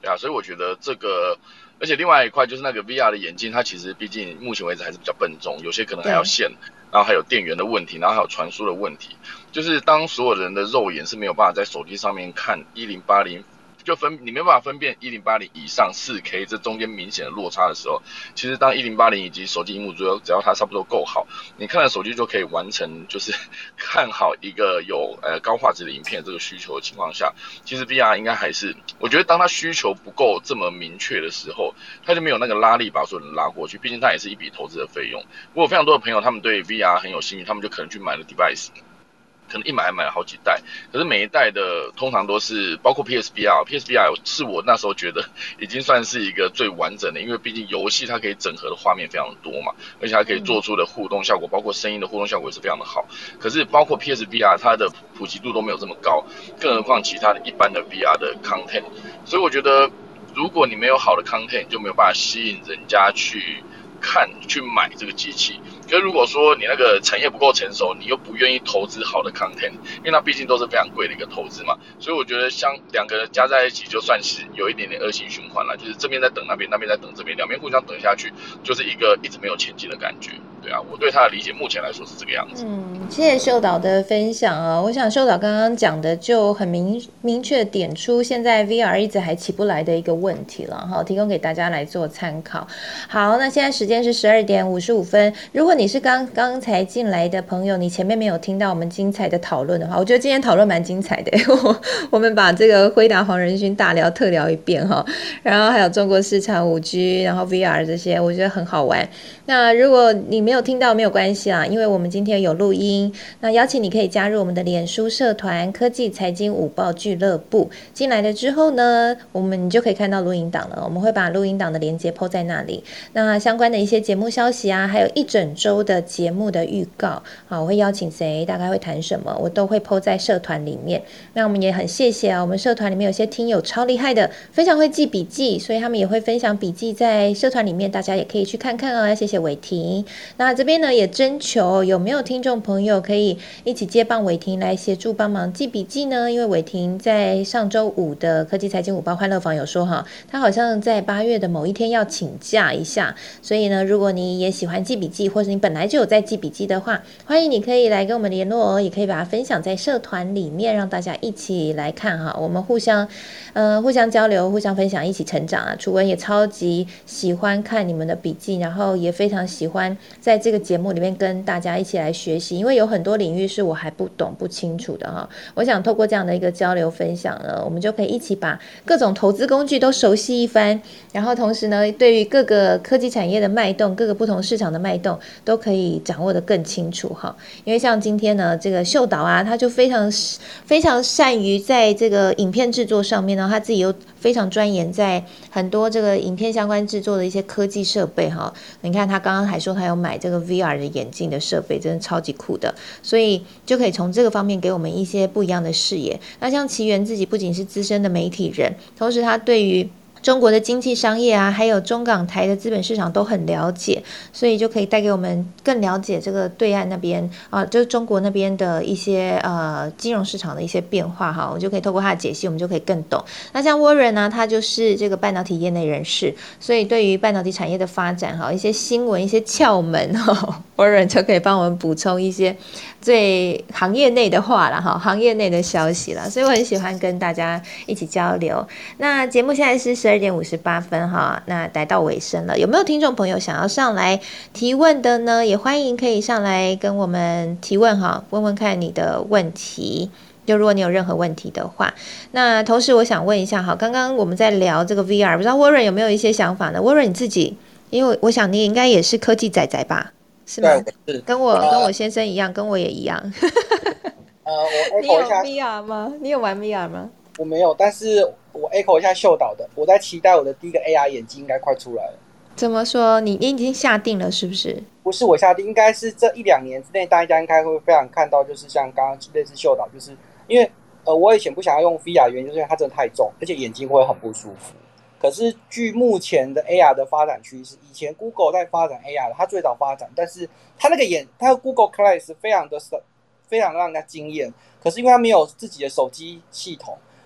Speaker 2: 对啊，所以我觉得这个，而且另外一块就是那个 V R 的眼镜，它其实毕竟目前为止还是比较笨重，有些可能还要线，然后还有电源的问题，然后还有传输的问题，就是当所有人的肉眼是没有办法在手机上面看一零八零。就分你没办法分辨一零八零以上 四 K 这中间明显的落差的时候，其实当一零八零以及手机萤幕只要只要它差不多够好，你看了手机就可以完成就是看好一个有呃高画质的影片这个需求的情况下，其实 V R 应该还是我觉得当它需求不够这么明确的时候，它就没有那个拉力把所有人拉过去，毕竟它也是一笔投资的费用。我有非常多的朋友他们对 V R 很有兴趣，他们就可能去买了 device。可能一买还买了好几代，可是每一代的通常都是包括 P S V R，P S V R 是我那时候觉得已经算是一个最完整的，因为毕竟游戏它可以整合的画面非常多嘛，而且它可以做出的互动效果，包括声音的互动效果也是非常的好。可是包括 P S V R 它的普及度都没有这么高，更何况其他的一般的 V R 的 content， 所以我觉得如果你没有好的 content， 就没有办法吸引人家去看去买这个机器。可是如果说你那个产业不够成熟，你又不愿意投资好的 content， 因为它毕竟都是非常贵的一个投资嘛，所以我觉得像两个人加在一起，就算是有一点点恶性循环了，就是这边在等那边，那边在等这边，两边互相等下去，就是一个一直没有前进的感觉。对啊，我对他的理解目前来说是这个样子。
Speaker 1: 嗯，谢谢秀导的分享啊、哦！我想秀导刚刚讲的就很明明确点出现在 V R 一直还起不来的一个问题了哈，提供给大家来做参考。好，那现在时间是十二点五十五分。如果你是刚刚才进来的朋友，你前面没有听到我们精彩的讨论的话，我觉得今天讨论蛮精彩的。我我们把这个辉达黄仁勋大聊特聊一遍哈，然后还有中国市场 五 G， 然后 V R 这些，我觉得很好玩。那如果你没有听到没有关系啦，因为我们今天有录音，那邀请你可以加入我们的脸书社团科技财经午报俱乐部。进来了之后呢，我们你就可以看到录音档了，我们会把录音档的连结 po 在那里。那相关的一些节目消息啊，还有一整周的节目的预告啊，我会邀请谁，大概会谈什么，我都会 po 在社团里面。那我们也很谢谢啊，我们社团里面有些听友超厉害的，非常会记笔记，所以他们也会分享笔记在社团里面，大家也可以去看看哦。谢谢伟霆。那这边呢也征求有没有听众朋友可以一起接棒伟霆来协助帮忙记笔记呢？因为伟霆在上周五的科技财经午报欢乐坊有说哈，他好像在八月的某一天要请假一下，所以呢，如果你也喜欢记笔记，或者你本来就有在记笔记的话，欢迎你可以来跟我们联络哦，也可以把它分享在社团里面，让大家一起来看哈，我们互相呃互相交流，互相分享，一起成长啊。楚文也超级喜欢看你们的笔记，然后也非常喜欢在这个节目里面跟大家一起来学习，因为有很多领域是我还不懂不清楚的哈。我想透过这样的一个交流分享呢，我们就可以一起把各种投资工具都熟悉一番，然后同时呢，对于各个科技产业的脉动，各个不同市场的脉动都可以掌握得更清楚哈。因为像今天呢，这个秀导啊，他就非常非常善于在这个影片制作上面呢，他自己又非常钻研在很多这个影片相关制作的一些科技设备哈。你看他刚刚还说他有买这个 V R 的眼镜的设备，真的超级酷的，所以就可以从这个方面给我们一些不一样的视野。那像奇源自己不仅是资深的媒体人，同时他对于中国的经济商业啊，还有中港台的资本市场都很了解，所以就可以带给我们更了解这个对岸那边啊，就是中国那边的一些呃金融市场的一些变化哈，我就可以透过他的解析，我们就可以更懂。那像 Warren 呢，他就是这个半导体业内人士，所以对于半导体产业的发展哈，一些新闻、一些窍门哈 ，Warren 就可以帮我们补充一些最行业内的话啦哈，行业内的消息啦，所以我很喜欢跟大家一起交流。那节目现在是十二点五十八分哈，那来到尾声了，有没有听众朋友想要上来提问的呢？也欢迎可以上来跟我们提问哈，问问看你的问题。就如果你有任何问题的话，那同时我想问一下哈，刚刚我们在聊这个 V R， 不知道 Warren 有没有一些想法呢 ？Warren 你自己，因为我想你应该也是科技仔仔吧？是吗？
Speaker 4: 对，
Speaker 1: 跟我、呃、跟我先生一样，跟我也一样。
Speaker 4: 呃，我
Speaker 1: echo 一下，你有 V R 吗？你有玩 V R 吗？
Speaker 4: 我没有，但是我 echo 一下秀导的，我在期待我的第一个 A R 眼镜应该快出来了。
Speaker 1: 怎么说？你你已经下定了是不是？
Speaker 4: 不是我下定，应该是这一两年之内，大家应该会非常看到，就是像刚刚类似秀导，就是因为呃，我以前不想要用 V R， 原因就是因为它真的太重，而且眼睛会很不舒服。可是据目前的 A R 的发展趋势，以前 Google 在发展 A R 的，它最早发展，但是它那个眼，它的 Google Glass 非常的非常让人家惊艳。可是因为它没有自己的手机系统，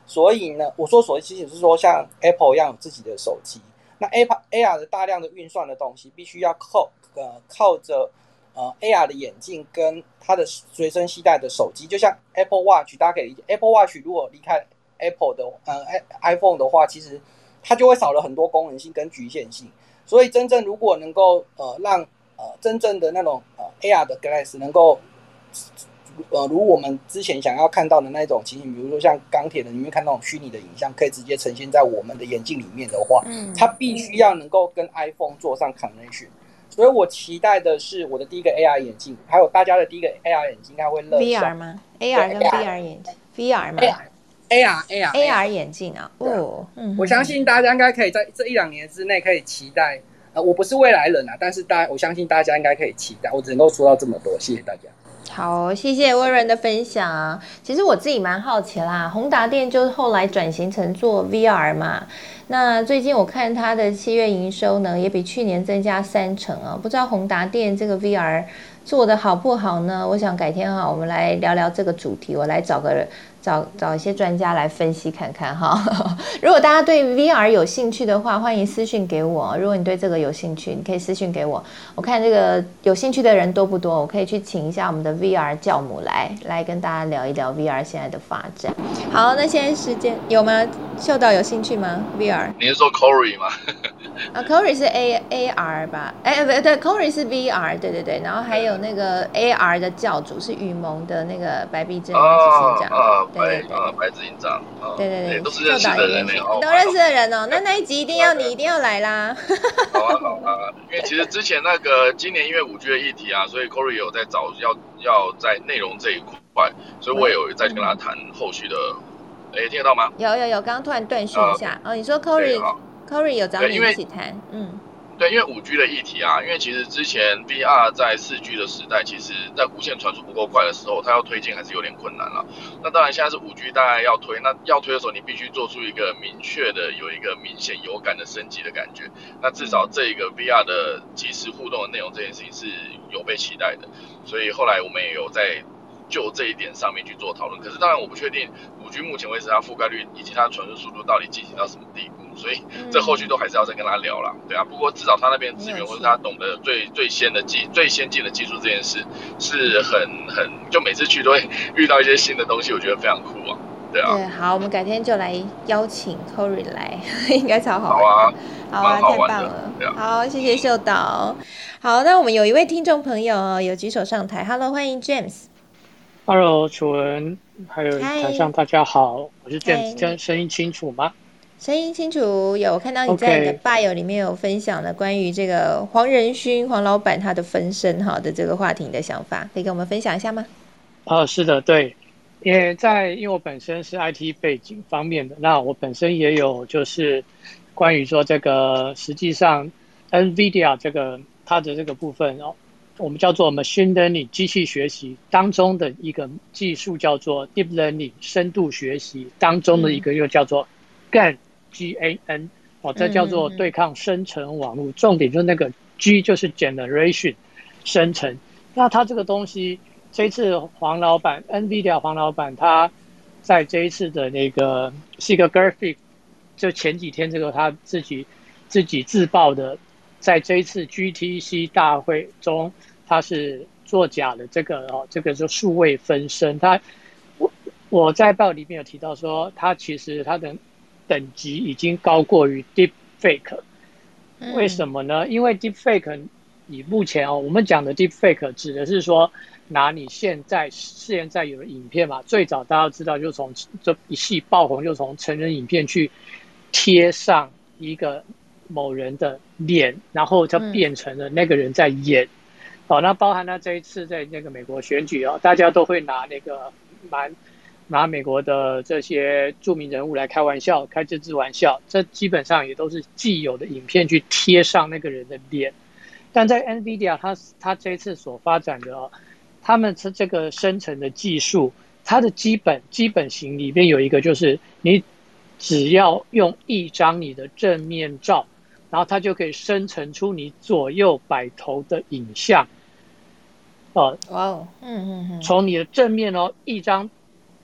Speaker 4: 所以呢，我说所谓机器是说像 Apple 一样有自己的手机，那 A R 的大量的运算的东西，必须要靠呃靠着呃 A R 的眼镜跟它的随身携带的手机，就像 Apple Watch， 大家可以理解 Apple Watch 如果离开 Apple 的呃 iPhone 的话，其实它就会少了很多功能性跟局限性。所以真正如果能够呃让呃真正的那种呃 A R 的 Glass 能够呃如我们之前想要看到的那种情形，比如说像钢铁的里面看那种虚拟的影像，可以直接呈现在我们的眼镜里面的话，嗯、它必须要能够跟 iPhone 做上 connection。所以我期待的是我的第一个 A R 眼镜，还有大家的第一个 A R 眼镜应该会乐。
Speaker 1: V R 吗 ？A R 跟 V R 眼镜 ，V R 吗
Speaker 4: ？A R A R
Speaker 1: A R 眼镜啊，哦，
Speaker 4: 嗯，我相信大家应该可以在这一两年之内可以期待。呃，我不是未来人啊，但是大家我相信大家应该可以期待。我只能够说到这么多，谢谢大家。
Speaker 1: 好，谢谢威仁的分享。其实我自己蛮好奇啦，宏达电就是后来转型成做 V R 嘛。那最近我看它的七月营收呢，也比去年增加三成啊。不知道宏达电这个 V R 做得好不好呢？我想改天哈，我们来聊聊这个主题。我来找个找找一些专家来分析看看哈。如果大家对 V R 有兴趣的话，欢迎私讯给我。如果你对这个有兴趣，你可以私讯给我。我看这个有兴趣的人多不多，我可以去请一下我们的 V R 教母来来跟大家聊一聊 V R 现在的发展。好，那现在时间有吗？秀导有兴趣吗 ？V R？
Speaker 2: 你是说 Corey 吗？
Speaker 1: 啊 ，Corey 是 A A R 吧？哎，不对 ，Corey 是 V R， 对对对。然后还有那个 A R 的教主是雨蒙的那个白璧珍执行长，
Speaker 2: 啊，
Speaker 1: 对对对，
Speaker 2: 啊，白执行长，
Speaker 1: 对对对，
Speaker 2: 都是认识的人哦，
Speaker 1: 都认识的人哦。那那一集一定要你一定要来啦。
Speaker 2: 好啊好啊，因为其实之前那个今年因为五 G 的议题啊，所以 Corey 有在找要要在内容这一块，所以我也有在跟他谈后续的。哎，听得到吗？
Speaker 1: 有有有，刚刚突然断讯一下。哦，你说 Corey Corey 有找你一起谈，嗯。
Speaker 2: 对，因为五 G 的议题啊，因为其实之前 V R 在四 G 的时代，其实在无线传输不够快的时候，它要推进还是有点困难了。那当然现在是五 G， 大概要推，那要推的时候，你必须做出一个明确的、有一个明显有感的升级的感觉。那至少这一个 V R 的即时互动的内容这件事情是有被期待的，所以后来我们也有在就这一点上面去做讨论。可是当然我不确定五 G 目前为止它覆盖率以及它的传输速度到底进行到什么地步。所以这后续都还是要再跟他聊啦，对啊。不过至少他那边资源或者他懂得最最先的技、最先进的技术这件事，是很很就每次去都会遇到一些新的东西，我觉得非常酷啊，对啊。
Speaker 1: 对，好，我们改天就来邀请 Corey 来，应该超好玩。
Speaker 2: 好啊，
Speaker 1: 好啊，太棒了。啊、好，谢谢秀导。好，那我们有一位听众朋友有举手上台 ，Hello， 欢迎 James。Hello，
Speaker 5: 楚文，还有台上大家好，我是 James， 这样声音清楚吗？
Speaker 1: 声音清楚，有我看到你在你的 bio 里面有分享了关于这个黄仁勋黄老板他的分身哈的这个话题你的想法，可以跟我们分享一下吗？
Speaker 5: 哦，是的，对，因为在因为我本身是 I T 背景方面的，那我本身也有就是关于说这个实际上 NVIDIA 这个它的这个部分哦，我们叫做 Machine Learning 机器学习当中的一个技术叫做 Deep Learning 深度学习当中的一个又叫做 G A N G A N 哦，这叫做对抗生成网络，重点就是那个 G 就是 generation 生成。那它这个东西，这一次黄老板 NVIDIA 黄老板他在这一次的那个是一个 graphic， 就前几天这个他自己自己自曝的，在这一次 G T C 大会中，他是作假的这个哦，这个就数位分身。他我我在报里面有提到说，他其实他的等级已经高过于 Deepfake， 为什么呢？因为 Deepfake 以目前哦，我们讲的 Deepfake 指的是说，拿你现在现在有的影片嘛，最早大家知道就从这一系爆红，就从成人影片去贴上一个某人的脸，然后就变成了那个人在演。嗯、哦，那包含了这一次在那个美国选举哦，大家都会拿那个蛮。拿美国的这些著名人物来开玩笑，开政治玩笑，这基本上也都是既有的影片去贴上那个人的脸。但在 NVIDIA 它它这一次所发展的哦，他们这个生成的技术，它的基本基本型里面有一个就是你只要用一张你的正面照，然后它就可以生成出你左右摆头的影像。哦，
Speaker 1: 哇哦，嗯嗯嗯，
Speaker 5: 从你的正面哦一张。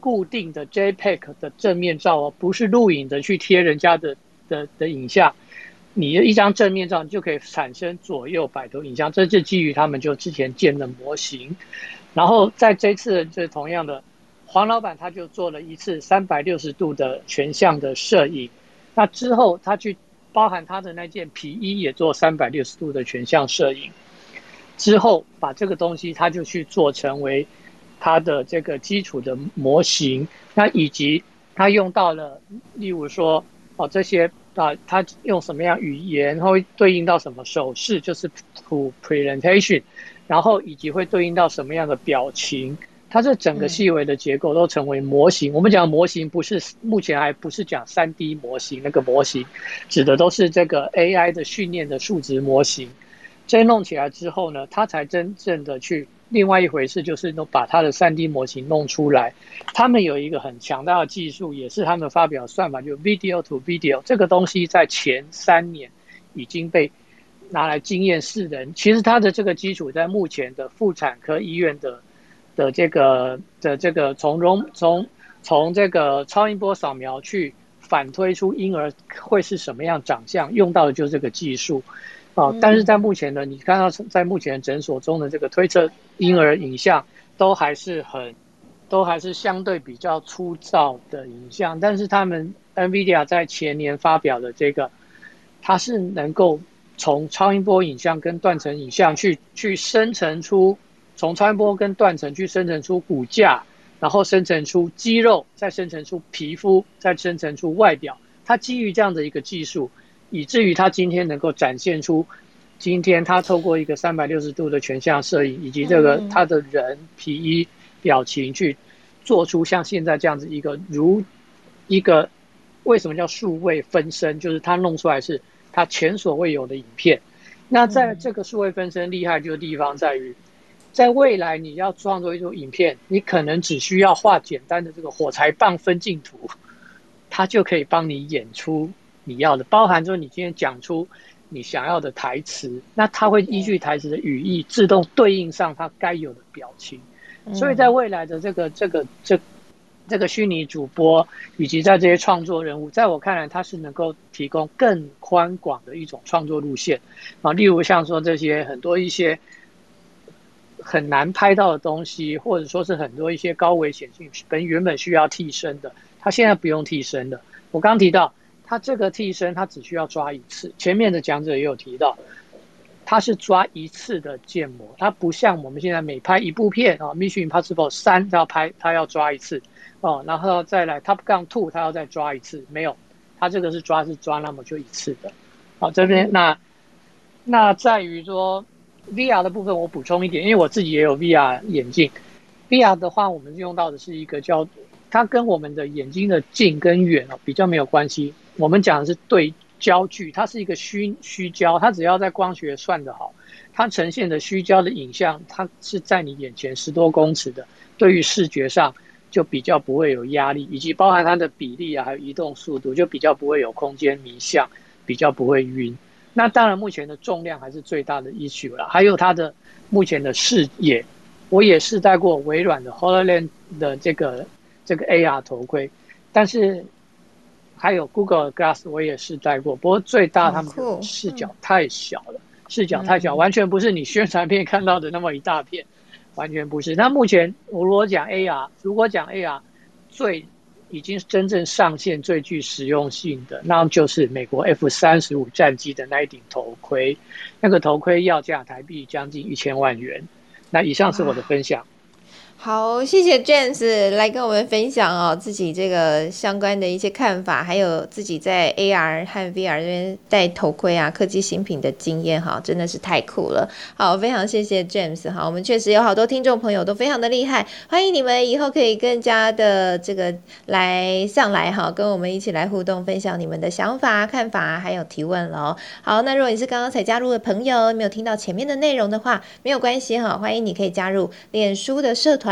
Speaker 5: 固定的 JPEG 的正面照哦，不是录影的去贴人家的的的影像。你的一张正面照就可以产生左右摆头影像，这是基于他们就之前建的模型。然后在这次这同样的，黄老板他就做了一次三百六十度的全向的摄影，那之后他去包含他的那件皮衣也做三百六十度的全向摄影，之后把这个东西他就去做成为他的这个基础的模型，那以及他用到了例如说哦这些啊，他用什么样语言，然后会对应到什么手势，就是 presentation， 然后以及会对应到什么样的表情，它这整个细微的结构都成为模型。嗯、我们讲模型不是目前还不是讲 三 D 模型，那个模型指的都是这个 A I 的训练的数值模型。这弄起来之后呢，它才真正的去。另外一回事就是把它的 三 D 模型弄出来，他们有一个很强大的技术，也是他们发表算法，就 video to video 这个东西在前三年已经被拿来经验世人。其实它的这个基础在目前的妇产科医院的的这个的这个从容从从这个超音波扫描去反推出婴儿会是什么样长相，用到的就是这个技术。哦，但是在目前呢，你看到在目前诊所中的这个推测婴儿影像都还是很，都还是相对比较粗糙的影像。但是他们 NVIDIA 在前年发表的这个，它是能够从超音波影像跟断层影像去去生成出，从超音波跟断层去生成出骨架，然后生成出肌肉，再生成出皮肤，再生成出外表。它基于这样的一个技术。以至于他今天能够展现出，今天他透过一个三百六十度的全向摄影，以及这个他的人皮衣表情去做出像现在这样子一个如一个为什么叫数位分身，就是他弄出来是他前所未有的影片。那在这个数位分身厉害的地方在于，在未来你要创作一组影片，你可能只需要画简单的这个火柴棒分镜图，它就可以帮你演出你要的，包含说你今天讲出你想要的台词，那它会依据台词的语义自动对应上它该有的表情。所以在未来的这个这个这这个虚拟主播以及在这些创作人物，在我看来，它是能够提供更宽广的一种创作路线啊，例如像说这些很多一些很难拍到的东西，或者说是很多一些高危险性本原本需要替身的，它现在不用替身的。我刚提到。他这个替身，他只需要抓一次。前面的讲者也有提到，他是抓一次的建模，他不像我们现在每拍一部片啊，《Mission Impossible 三》要拍，他要抓一次哦，然后再来《Top Gun 二》，他要再抓一次，没有，他这个是抓是抓那么就一次的。好，这边那那在于说 V R 的部分，我补充一点，因为我自己也有 V R 眼镜 ，V R 的话，我们用到的是一个叫它跟我们的眼睛的近跟远哦比较没有关系。我们讲的是对焦距，它是一个虚虚焦，它只要在光学算得好，它呈现的虚焦的影像，它是在你眼前十多公尺的，对于视觉上就比较不会有压力，以及包含它的比例啊，还有移动速度，就比较不会有空间迷向，比较不会晕。那当然，目前的重量还是最大的 issue 啦，还有它的目前的视野，我也试戴过微软的 HoloLens 的这个这个 A R 头盔，但是。还有 Google Glass 我也试戴过，不过最大他们的视角太小了，视角太小，完全不是你宣传片看到的那么一大片，完全不是。那目前我如果讲 A R， 如果讲 A R 最已经真正上线最具实用性的，那就是美国 F 三十五 战机的那一顶头盔，那个头盔要价台币将近一千万元。那以上是我的分享。
Speaker 1: 好，谢谢 James 来跟我们分享哦自己这个相关的一些看法，还有自己在 A R 和 V R 这边戴头盔啊科技新品的经验哈，真的是太酷了。好，非常谢谢 James 哈，我们确实有好多听众朋友都非常的厉害，欢迎你们以后可以更加的这个来上来哈，跟我们一起来互动，分享你们的想法、看法还有提问咯。好，那如果你是刚刚才加入的朋友，没有听到前面的内容的话，没有关系哈，欢迎你可以加入脸书的社团。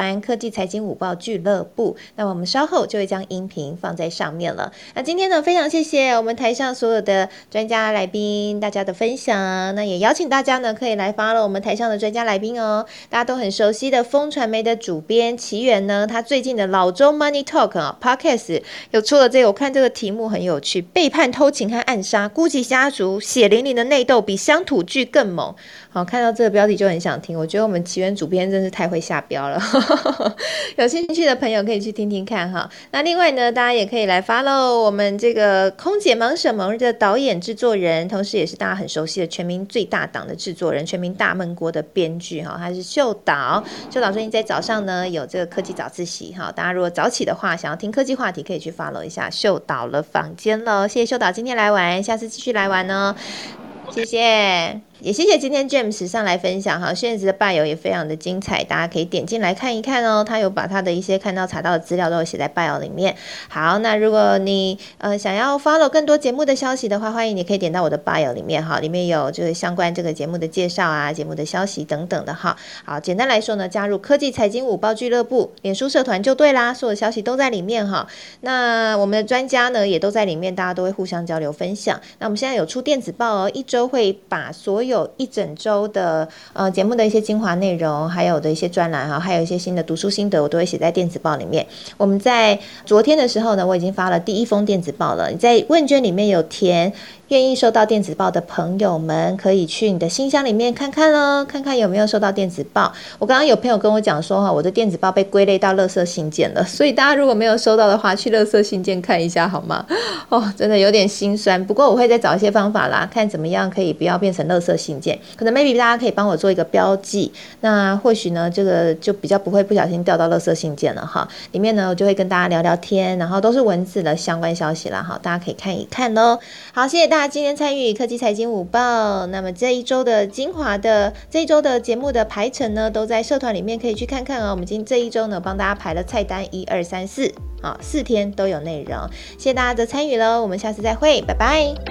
Speaker 1: 团科技财经午报俱乐部，那我们稍后就会将音频放在上面了。那今天呢，非常谢谢我们台上所有的专家来宾大家的分享，那也邀请大家呢可以来 follow 我们台上的专家来宾哦。大家都很熟悉的风传媒的主编奇源呢，他最近的老周 Money Talk 啊 Podcast 有出了这个，我看这个题目很有趣，背叛、偷情和暗杀，孤寂家族血淋淋的内斗比乡土剧更猛。好，看到这个标题就很想听，我觉得我们奇源主编真是太会下标了有兴趣的朋友可以去听听看哈。那另外呢，大家也可以来 follow 我们这个空姐忙什么的导演制作人，同时也是大家很熟悉的全民最大档的制作人，全民大闷锅的编剧哈，他是秀导。秀导最近在早上呢有这个科技早自习哈，大家如果早起的话，想要听科技话题，可以去 follow 一下秀导的房间了。谢谢秀导今天来玩，下次继续来玩哦，谢谢。也谢谢今天 James 上来分享哈，炫子的 bio 也非常的精彩，大家可以点进来看一看哦。他有把他的一些看到查到的资料都有写在 bio 里面。好，那如果你呃想要 follow 更多节目的消息的话，欢迎你可以点到我的 bio 里面哈，里面有就是相关这个节目的介绍啊、节目的消息等等的哈。好，简单来说呢，加入科技财经午报俱乐部脸书社团就对啦，所有的消息都在里面哈。那我们的专家呢也都在里面，大家都会互相交流分享。那我们现在有出电子报哦，一周会把所有有一整周的呃节目的一些精华内容，还有的一些专栏哈，还有一些新的读书心得，我都会写在电子报里面。我们在昨天的时候呢，我已经发了第一封电子报了。你在问卷里面有填愿意收到电子报的朋友们，可以去你的信箱里面看看咯，看看有没有收到电子报。我刚刚有朋友跟我讲说哈，我的电子报被归类到垃圾信件了，所以大家如果没有收到的话，去垃圾信件看一下好吗？哦，真的有点心酸。不过我会再找一些方法啦，看怎么样可以不要变成垃圾信件。可能 maybe 大家可以帮我做一个标记，那或许呢，这个就比较不会不小心掉到垃圾信件了哈。里面呢，我就会跟大家聊聊天，然后都是文字的相关消息啦哈，大家可以看一看咯。好，谢谢大家今天参与科技财经午报。那么这一周的精华的这一周的节目的排程呢，都在社团里面可以去看看哦。我们今这一周呢，帮大家排了菜单一二三四，好，四天都有内容。谢谢大家的参与咯，我们下次再会，拜拜。